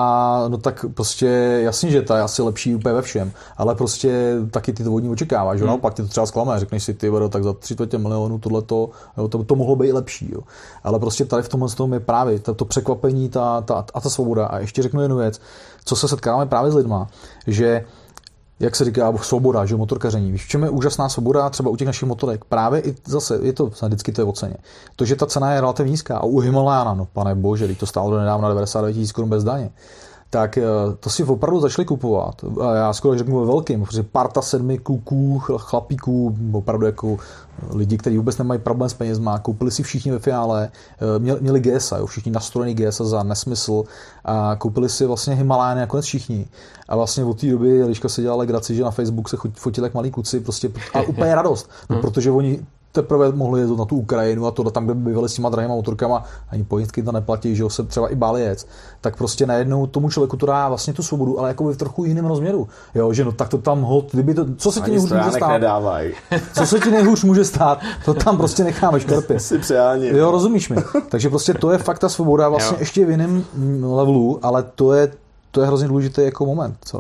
a no tak prostě jasně, že ta je asi lepší úplně ve všem, ale prostě taky ty to od ní očekáváš, jo? Hmm. Naopak ty to třeba zklame, řekneš si ty, tak za tři čtvrtě milionů tohleto, jo, to, to mohlo být lepší, jo? Ale prostě tady v tomhle tom je právě to, to překvapení ta, ta, a ta svoboda. A ještě řeknu jednu věc, co se setkáváme právě s lidma, že, jak se říká, svoboda, že motorkaření. Víš, v čem je úžasná svoboda třeba u těch našich motorek? Právě i zase, je to, vždycky to je o ceně. To, že ta cena je relativně nízká. A u Himalayana, no pane bože, když to stálo do nedávna devadesát devět tisíc korun bez daně, tak to si opravdu začali kupovat. A já skoro řeknu ve velkým, protože parta sedmi kluků, chlapíků, opravdu jako lidi, kteří vůbec nemají problém s penězma, koupili si všichni ve finále, měli, měli G S A, jo, všichni nastrojený G S A za nesmysl a koupili si vlastně Himalayan nakonec všichni. A vlastně od té doby Liška se dělala legraci, že na Facebook se fotili jak malí kluci, prostě a úplně radost, no, protože oni teprve mohli jezdit na tu Ukrajinu a to tam, kde by byli s těma drahýma motorkama, ani pojistky to neplatí, že ho se třeba i báli jet, tak prostě najednou tomu člověku to dá vlastně tu svobodu, ale jako v trochu jiném rozměru. Jo, že no tak to tam hod, kdyby to, co se ti nejhůř může stát? Nedávaj. Co se ti nejhůř může stát? To tam prostě necháme škorpě. Si přeháním. Jo, rozumíš mi. Takže prostě to je fakt ta svoboda vlastně jo. ještě v jiném levelu, ale to je, to je hrozně důležitý jako moment. Co?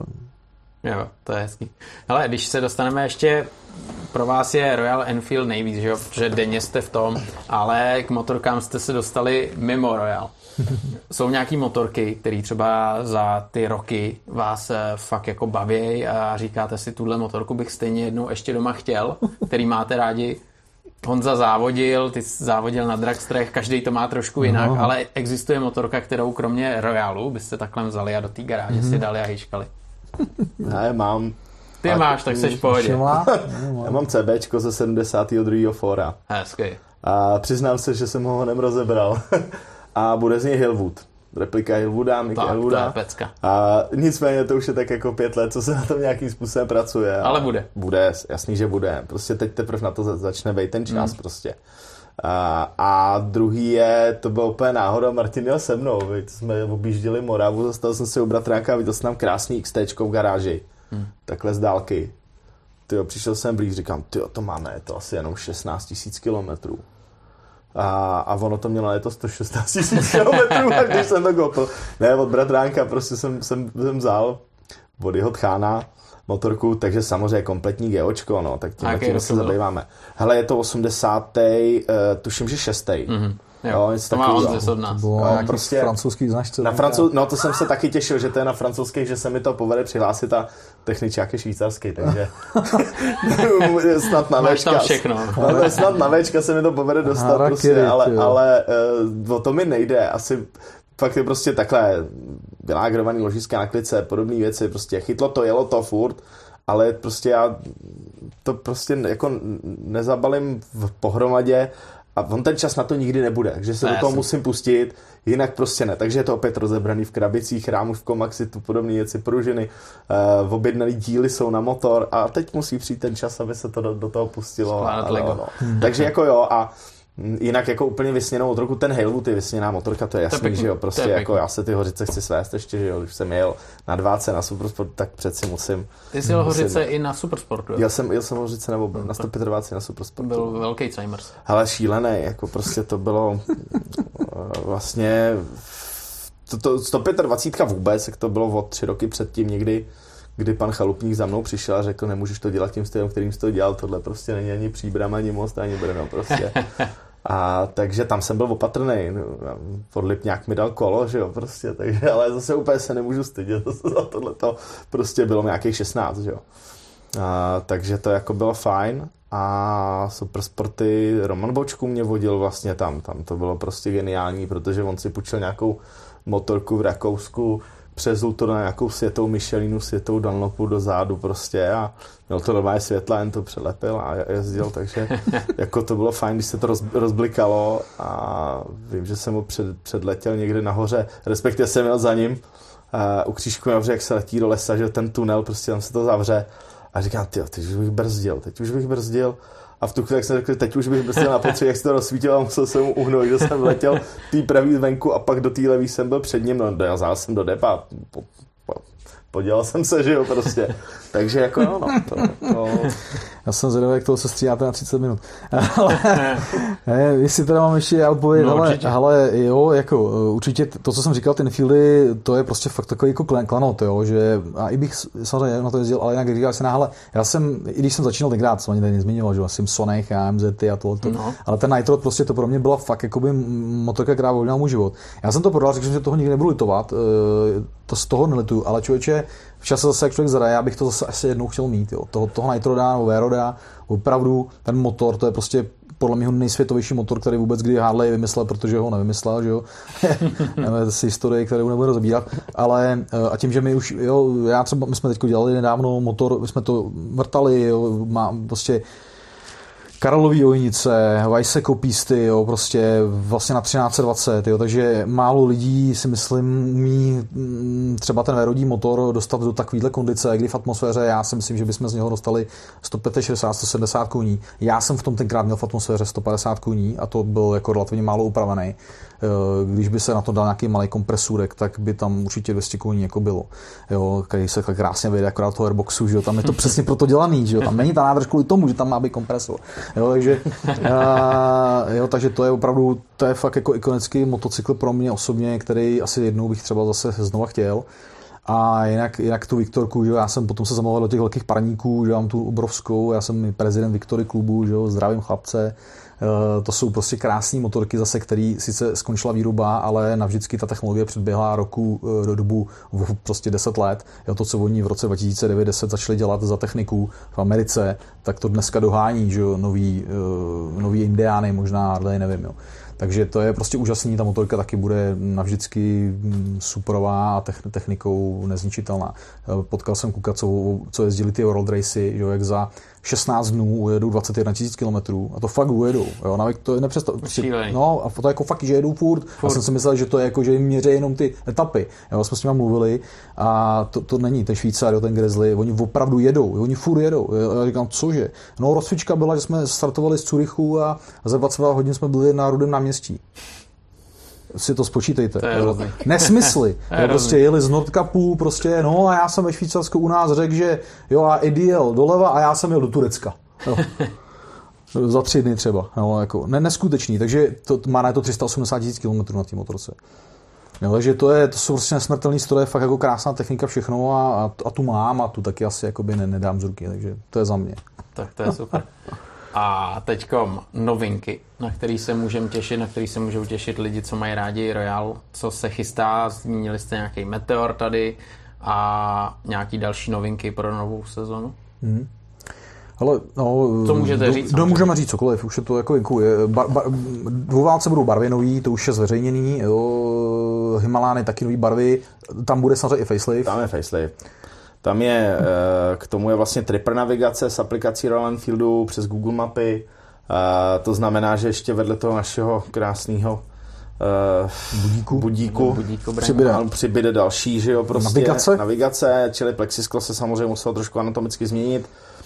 Jo, to je hezký. Ale když se dostaneme ještě, pro vás je Royal Enfield nejvíc, že jo? Protože denně jste v tom, ale k motorkám jste se dostali mimo Royal. Jsou nějaký motorky, které třeba za ty roky vás fakt jako baví a říkáte si, tuhle motorku bych stejně jednou ještě doma chtěl, který máte rádi. Honza závodil, ty závodil na dragstrech, každý to má trošku jinak, no. ale existuje motorka, kterou kromě Royalu byste takhle vzali a do té garáže mm-hmm. si dali a hýškali. Ne, mám. Ty a máš, tak seš v pohodě. Já mám CBčko ze sedmdesátého druhého Fora. Hezky. A přiznám se, že jsem ho honem rozebral. A bude z něj Hillwood. Replika Hillwooda, Mick Hillwooda. To je pecka. A nicméně to už je tak jako pět let, co se na tom nějakým způsobem pracuje. Ale bude. Bude, jasný, že bude. Prostě teď teprve na to začne být ten čas mm. prostě. A, a druhý je, to bylo úplně náhoda, Martin jel se mnou, viď, jsme objížděli Moravu, zastal jsem si u bratráka a viděl jsem tam krásný XTčko v garáži, hmm. takhle z dálky. Tyjo, přišel jsem blíž, říkám, tyjo, to má ne, to asi jenom šestnáct tisíc kilometrů. A, a ono to mělo, je to sto šestnáct tisíc kilometrů, a když jsem to koupil. Ne, od bratránka prostě jsem, jsem, jsem vzal od jeho tchána motorku, takže samozřejmě kompletní GOčko, no, tak tím, tím se zabýváme. Hele, je to osmdesátý, uh, tuším, že šestý. Mm-hmm. Jo, jo, to má on od nás. No, prostě francouzský značce. Na francouz, no to jsem se taky těšil, že to je na francouzských, že se mi to povede přihlásit a techničák je švýcarský, takže snad na Máš tam všechno. Ale snad na Včka se mi to povede dostat, prostě, ale, ale uh, o to mi nejde. Asi fakt je prostě takhle vylágrovaný ložiska na klice, podobné věci, prostě chytlo to, jelo to furt, ale prostě já to prostě jako nezabalím v pohromadě a on ten čas na to nikdy nebude, takže se ne, do toho jsem... musím pustit, jinak prostě ne. Takže je to opět rozebraný v krabicích, rám už v Komaxitu, podobné věci, pružiny, uh, objednaný díly jsou na motor a teď musí přijít ten čas, aby se to do, do toho pustilo. A, a, no. hmm. Takže jako jo a jinak jako úplně vysněnou motorku, ten Halewood je vysněná motorka, to je jasný, to že jo, prostě jako já se ty hořice chci svést ještě, že jo, když jsem jel na dváce na Supersport, tak přeci musím. Ty jsi jel hořice i na Supersportu, jo? Jel jsem, jel jsem hořice nebo na sto dvacet pět na Supersportu. Byl velký Cimers. Hele, šílený, jako prostě to bylo vlastně to, to sto dvacet pět vůbec, jak to bylo od tři roky předtím někdy, kdy pan Chalupník za mnou přišel a řekl, nemůžeš to dělat tím stylem, kterým jsi to dělal, tohle prostě není ani Příbram, ani Most, ani Brno prostě. A takže tam jsem byl opatrný, Podlipňák mi dal kolo, že jo, prostě, takže, ale zase úplně se nemůžu stydět, za tohle to prostě bylo nějakých šestnáct, že jo. A, takže to jako bylo fajn a Supersporty, Roman Bočku mě vodil vlastně tam, tam to bylo prostě geniální, protože on si půjčil nějakou motorku v Rakousku, přezul to na nějakou světou Michelinu, světou Dunlopu do zádu prostě a měl to normálně světla, jen to přelepil a jezdil, takže jako to bylo fajn, když se to roz, rozblikalo a vím, že jsem ho před, předletěl někde nahoře, respektive jsem jel za ním uh, u křížku nahoře, jak se letí do lesa, že ten tunel, prostě tam se to zavře a říkám, tyjo, teď už bych brzdil, teď už bych brzdil. A v tu chvíli, jak jsem řekl, teď už bych brzdil na potřeby, jak se to rozsvítil a musel jsem mu uhnout, že jsem letěl tý pravý venku a pak do té levý jsem byl před ním, no dojel jsem do depa, po, po, podělal jsem se, že jo, prostě. Takže jako no, no to, to... Já jsem zvědavý, jak toho se stříháte na třicet minut. Ale ne, jestli teda mám ještě odpověď, no, ale, ale jo, jako určitě to, co jsem říkal, ty Enfieldy, to je prostě fakt takový jako klanot, jo, že a i bych samozřejmě na to jezdil, ale jinak říkal jsem, hele, já jsem, i když jsem začínal tenkrát, jsem ani tady nezmínil, že jsem Sonech a M Z T a tohleto, no. Ale ten Nitrod prostě to pro mě byla fakt jakoby motorka, která ovlivnila můj život. Já jsem to prodal, řekl jsem, že toho nikdy nebudu litovat, to z toho nelituju, ale člověče, v čase zase, jak člověk zadaje, já bych to zase asi jednou chtěl mít, jo. Toho, toho Nitroda nebo Véroda, opravdu ten motor, to je prostě podle mě nejsvětovější motor, který vůbec kdy Harley vymyslel, protože ho nevymyslel, že jo. Nevím, si historii, kterou nebudu rozbírat, ale a tím, že my už, jo, já třeba, my jsme teď dělali nedávno motor, my jsme to vrtali, jo, má prostě Karlový ojnice, Weisseko písty, jo, prostě vlastně na třináct dvacet, jo, takže málo lidí si myslím umí třeba ten vérodí motor dostat do takovýhle kondice, kdy v atmosféře já si myslím, že bychom z něho dostali sto šedesát, sto sedmdesát koní. Já jsem v tom tenkrát měl v atmosféře sto padesát koní a to byl jako relativně málo upravený. Když by se na to dal nějaký malý kompresůrek, tak by tam určitě dvě stě koní jako bylo. Jo, který se tak krásně vyjde akorát toho airboxu, že jo, tam je to přesně proto dělaný, že jo, tam není ta nádrž kvůli tomu, že tam má být kompresor. Jo, takže, a, jo, takže to je opravdu, to je fakt jako ikonický motocykl pro mě osobně, který asi jednou bych třeba zase znova chtěl. A jinak, jinak tu Viktorku, že jo, já jsem potom se zamlouval do těch velkých parníků, že mám tu obrovskou, já jsem prezident Viktory klubu, že jo, zdravím chlapce. To jsou prostě krásné motorky zase, který sice skončila výroba, ale navždycky ta technologie předběhla roku do dobu prostě deset let. Jo, to, co oni v roce dva tisíce devět deset začali dělat za techniku v Americe, tak to dneska dohání, že jo, nový, nový Indiány, možná Harley, nevím, jo. Takže to je prostě úžasný, ta motorka taky bude navždycky superová a technikou nezničitelná. Potkal jsem kluka, co, co jezdili ty road racy, že jo, jak za šestnáct dnů ujedou dvacet jedna tisíc kilometrů a to fakt ujedou. Jo, navíc to je nepředstav... No a to jako fakt, že jedou furt. furt. Já jsem si myslel, že to je jako, že jim měří jenom ty etapy. Jo, jsme s nimi mluvili a to, to není ten Švýcar, ten Grizzly, oni opravdu jedou, oni furt jedou. Já říkám, cože? No rozcvička byla, že jsme startovali z Curychu a za dvacet dva hodin jsme byli na Rudém náměstí. Si to spočítejte. To je Nesmysly. Jo, prostě jeli z Nordkapu, prostě, no a já jsem ve Švýcarsku u nás řekl, že jo a Eddie jel doleva a já jsem jel do Turecka. Jo. Za tři dny třeba. No, jako, ne, neskutečný. Takže to, má na to tři sta osmdesát tisíc kilometrů na té motorce. Jo, takže to, je, to jsou prostě nesmrtelný stroje, fakt jako krásná technika, všechno a, a, a tu mám a tu taky asi jakoby ne, nedám z ruky, takže to je za mě. Tak to je super. A teďkom novinky, na který se můžeme těšit, na který se můžou těšit lidi, co mají rádi Royal, co se chystá, zmínili jste nějaký Meteor tady a nějaký další novinky pro novou sezonu? Hmm. Ale, no, co můžete říct? No, můžeme říct cokoliv, už je to jako, jako je. Bar, bar, dvouválce budou barvě nový, to už je zveřejněný, jo. Himalány, taky nový barvy, tam bude samozřejmě i facelift. Tam je facelift. Tam je, k tomu je vlastně tripper navigace s aplikací Royal Enfieldu přes Google Mapy. To znamená, že ještě vedle toho našeho krásného budíku, budíku, budíku přibyde. přibyde další, že jo, prostě navigace, navigace čili plexisklo se samozřejmě muselo trošku anatomicky změnit.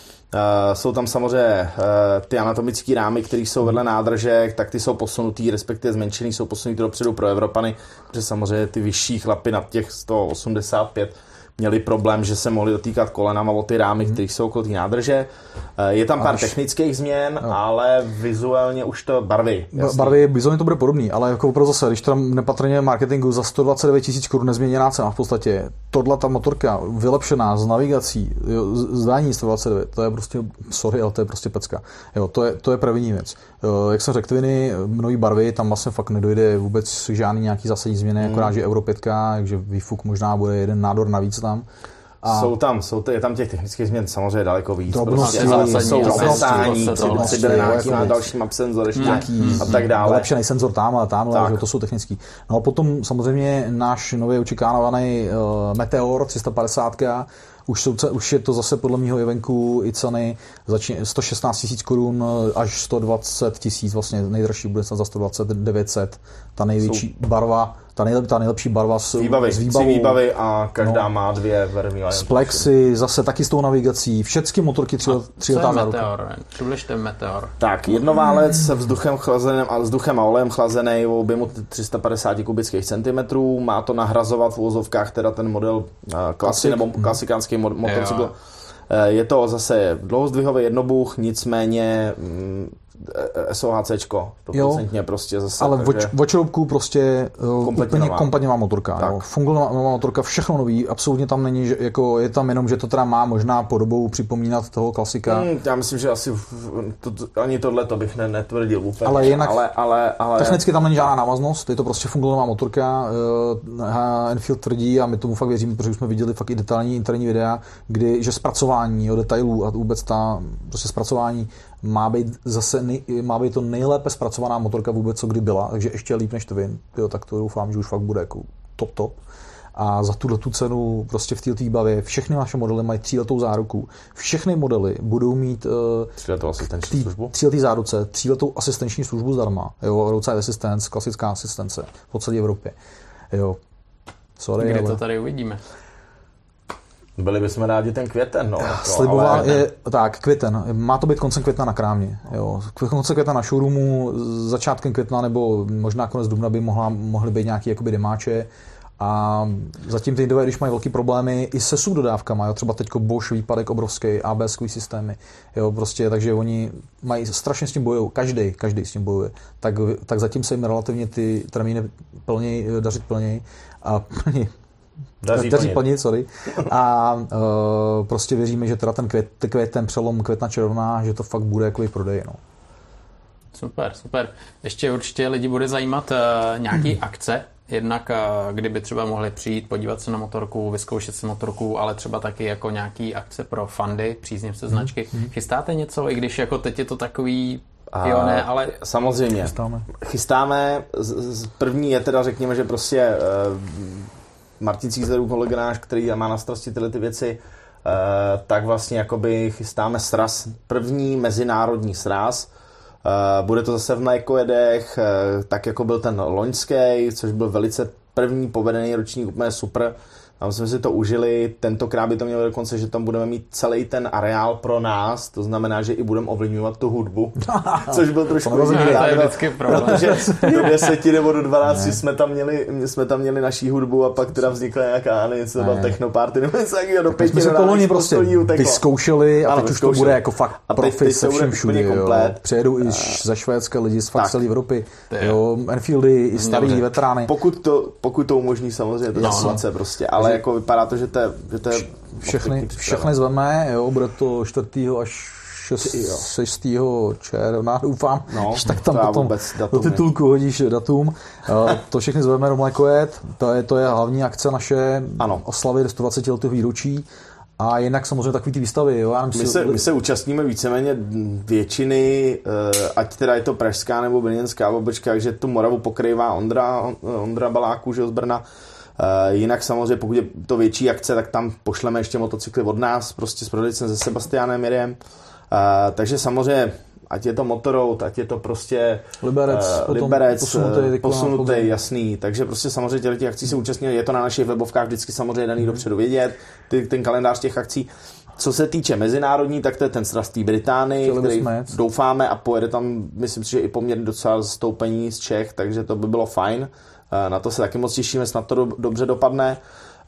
Uh, jsou tam samozřejmě uh, ty anatomické rámy, které jsou vedle nádržek, tak ty jsou posunutý, respektive zmenšený, jsou posunutý dopředu pro Evropany, protože samozřejmě ty vyšší chlapy nad těch sto osmdesát pět měli problém, že se mohli dotýkat kolenama o ty rámy, hmm. které jsou okolo té nádrže. Je tam pár Až... technických změn, no. ale vizuálně už to barvy. Jasný. Barvy, vizuálně to bude podobný, ale jako opravdu zase, když tam nepatrně marketingu za sto dvacet devět tisíc korun nezměněná cena v podstatě, tohle ta motorka vylepšená z navigací, zdání sto dvacet devět, to je prostě, sorry, ale to je prostě pecka. Jo, to je, to je první věc. Jak jsem řekl, Twiny, nový barvy, tam vlastně fakt nedojde vůbec žádný nějaký zásadní změny, hmm. akorát, že Euro pět, takže výfuk možná bude jeden nádor navíc tam. A jsou tam, jsou to, je tam těch technických změn samozřejmě daleko víc. Drobnosti, prostě, jsou rozesání, přibyly nějaký na další map senzor ještě a tak dále. Vylepšený senzor tamhle, tamhle, že to jsou technický. No a potom samozřejmě náš nově očekávaný uh, Meteor tři sta padesát, Už, jsou, už je to zase podle mýho jevenku i ceny začín, sto šestnáct tisíc korun až sto dvacet tisíc, vlastně nejdražší bude za sto dvacet devět set. Ta největší jsou... barva, ta, nejlep, ta nejlepší barva s, výbavy, s výbavou. výbavy a každá no, má dvě vervy. Z plexy, zase taky s tou navigací, všechny motorky tři, tři letá záruka. Meteor? Přibližte Meteor. Tak, jednoválec se vzduchem chlazeným a vzduchem a olejem chlazený v objemu tři sta padesát kubických centimetrů. Má to nahrazovat v uvozovkách teda ten model uh, klasy nebo klasikánský motocykl. Je to zase dlouhozdvihový jednobuch, nicméně mm, SOHCčko, sto procent prostě zase. Ale takže... v očroubku prostě kompletně úplně kompletně motorka. Funguje motorka, všechno nový, absolutně tam není, že, jako je tam jenom, že to teda má možná podobou připomínat toho klasika. Hmm, já myslím, že asi to, to, ani tohle to bych ne, netvrdil úplně. Ale jinak ale, ale, ale... technicky tam není žádná návaznost, je to prostě funguje motorka. Uh, Enfield tvrdí a my tomu fakt věříme, protože jsme viděli fakt i detailní interní videa, kdy, že zpracování jo, detailů a vůbec ta prostě zpracování má být zase nej, má být to nejlépe zpracovaná motorka vůbec, co kdy byla, takže ještě líp než Twin. Jo, tak to doufám, že už fakt bude jako top top. A za tuhle tu cenu prostě v této výbavě všechny naše modely mají tříletou záruku. Všechny modely budou mít uh, tříletou asistenční službu. Tříletý záruce, tříletou asistenční službu zdarma. Jo, roadside assistance, klasická asistence po celé Evropě. Jo. Sorry, Kdy ale... to tady uvidíme? Byli bychom rádi ten květen, no. Sliboval ale... je, tak, květen. Má to být koncem května na krámě. Jo. Koncem května na showroomu, začátkem května nebo možná konec dubna by mohla, mohly být nějaký jakoby demáče. A zatím ty Indové, když mají velký problémy i se subdodávkama, jo, třeba teďko Bosch výpadek obrovský, á bé eskový systémy, jo, prostě, takže oni mají strašně s tím bojují, každý, každý s tím bojuje, tak, tak zatím se jim relativně ty termíny plněj, dařit plněj a plněj. Daří, Daří plnit, sorry. A uh, prostě věříme, že teda ten květ, květ, ten přelom května června, že to fakt bude jako prodej, no. Super, super. Ještě určitě lidi bude zajímat uh, nějaký akce, jednak uh, kdyby třeba mohli přijít, podívat se na motorku, vyzkoušet si motorku, ale třeba taky jako nějaký akce pro fandy, příznivce značky. Mm-hmm. Chystáte něco, i když jako teď je to takový A jo, ne, ale samozřejmě. Chystáme. Chystáme. Z, z první je teda, řekněme, že prostě uh, Martin Cízlerův kolega náš, který má na starosti tyhle ty věci, uh, tak vlastně jakoby chystáme sraz, první mezinárodní sraz. Uh, bude to zase v Mlékojedech, uh, tak jako byl ten loňský, což byl velice první povedený ročník, úplně super. Tam jsme si to užili, tentokrát by to mělo dokonce, že tam budeme mít celý ten areál pro nás, to znamená, že i budeme ovlivňovat tu hudbu, což byl trošku rozumím, protože do deseti nebo do dvanácti jsme tam měli, jsme tam měli naší hudbu a pak teda vznikla nějaká, něco byla technoparty, nebo něco takového do pěti. My jsme to loni prostě vyzkoušeli a ano, teď už to bude jako fakt profi se všem všude. Přijedou i ze Švédska lidi z fakt celé Evropy, jo, Enfieldy, i starý veterány. Pokud to, pokud to umožní samozřejmě to situace prostě, ale jako vypadá to, že to je... Že to je všechny, všechny zveme, jo, bude to čtvrtého až šestého června, doufám, no, tak tam potom do titulku hodíš datum. To všechny zveme do Mlékojet, to je, to je hlavní akce naše, ano. Oslavy sto dvacet letého výročí A jinak samozřejmě takový ty výstavy, jo. Já my, se, my se účastníme víceméně většiny, ať teda je to pražská nebo brněnská pobočka, takže tu Moravu pokrývá Ondra, Ondra Baláků, že z Brna. Jinak samozřejmě, pokud je to větší akce, tak tam pošleme ještě motocykly od nás, prostě s prodejcem se Sebastianem Jirem. Takže samozřejmě, ať je to Motoroad, ať je to prostě Liberec, uh, Liberec posunutý, posunutý jasný. Takže prostě samozřejmě těch akcí se účastnili, je to na našich webovkách vždycky samozřejmě daný mm. dopředu vědět, ty, ten kalendář těch akcí. Co se týče mezinárodní, tak to je ten z té Británii, který doufáme a pojede tam, myslím si, že i poměrně docela zastoupení z Čech, takže to by bylo fajn. Na to se taky moc těšíme, snad to do, dobře dopadne.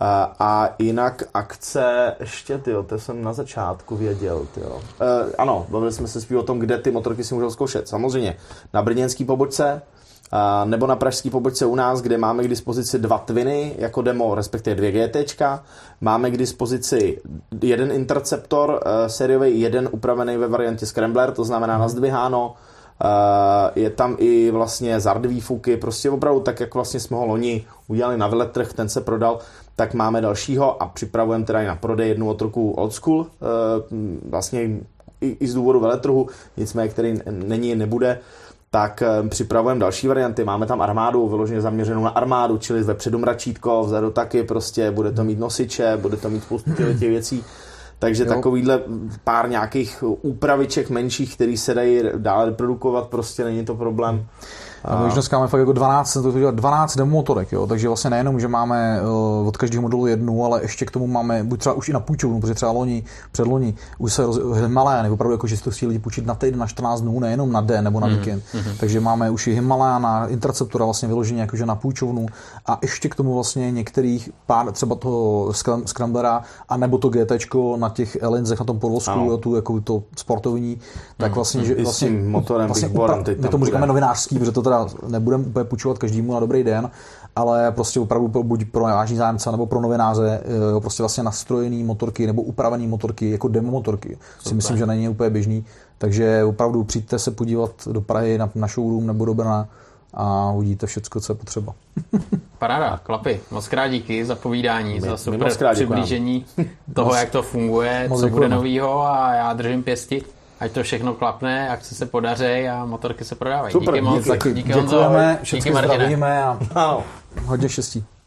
A jinak akce, ještě tyjo, to jsem na začátku věděl, tyjo. E, ano, bavili jsme se spíš o tom, kde ty motorky si můžou zkoušet. Samozřejmě na brněnský pobočce, a, nebo na pražský pobočce u nás, kde máme k dispozici dva Twiny jako demo, respektive dvě GTčka. Máme k dispozici jeden Interceptor e, sériový, jeden upravený ve variantě Scrambler, to znamená nazdviháno. Uh, je tam i vlastně zard výfuky, prostě opravdu tak, jak vlastně jsme ho loni udělali na veletrh, ten se prodal, tak máme dalšího a připravujeme teda i na prodej jednu motorku old school, uh, vlastně i, i z důvodu veletrhu, nicméně který není, nebude, tak uh, připravujeme další varianty, máme tam armádu, vyloženě zaměřenou na armádu, čili vepředu mračítko, vzadu taky, prostě bude to mít nosiče, bude to mít spoustu těch věcí. Takže jo. Takovýhle pár nějakých úpraviček menších, který se dají dále reprodukovat, prostě není to problém. A my už dneska máme fakt jako dvanáct, dvanáct demo motorek, jo? Takže vlastně nejenom, že máme od každého modelu jednu, ale ještě k tomu máme buď třeba už i na půjčovnu, protože třeba loni, předloni už se roz... Himalaya, opravdu jako, že si to chtějí lidi půjčit na týden, na čtrnáct dnů, nejenom na den nebo na víkend. Mm-hmm. Takže máme už i Himalaya na Interceptora vlastně vyloženě jakože na půjčovnu a ještě k tomu vlastně některých pár, třeba toho Scramblera a nebo to GTčko na těch Elinzech na tom podvozku, jo, tu jako to sportovní, tak vlastně, že vlastně, motorem vlastně upra- my tomu říkáme novinářský, protože to teda nebudeme úplně půjčovat každému na dobrý den, ale prostě opravdu buď pro vážný zájemce nebo pro novináře prostě vlastně nastrojený motorky nebo upravený motorky jako demo motorky. Si myslím, že není úplně běžný, takže opravdu přijďte se podívat do Prahy na, na showroom nebo do Brna a uvidíte všecko, co je potřeba. Paráda, klapy. Moc krát díky za povídání, my, za super my přiblížení toho, jak to funguje, moc co děkujeme. Bude novýho a já držím pěsti. Ať to všechno klapne, akce se podaří a motorky se prodávají. Super, díky moc. Díky, díky děkujeme, všechno zdravíme a no. hodně štěstí.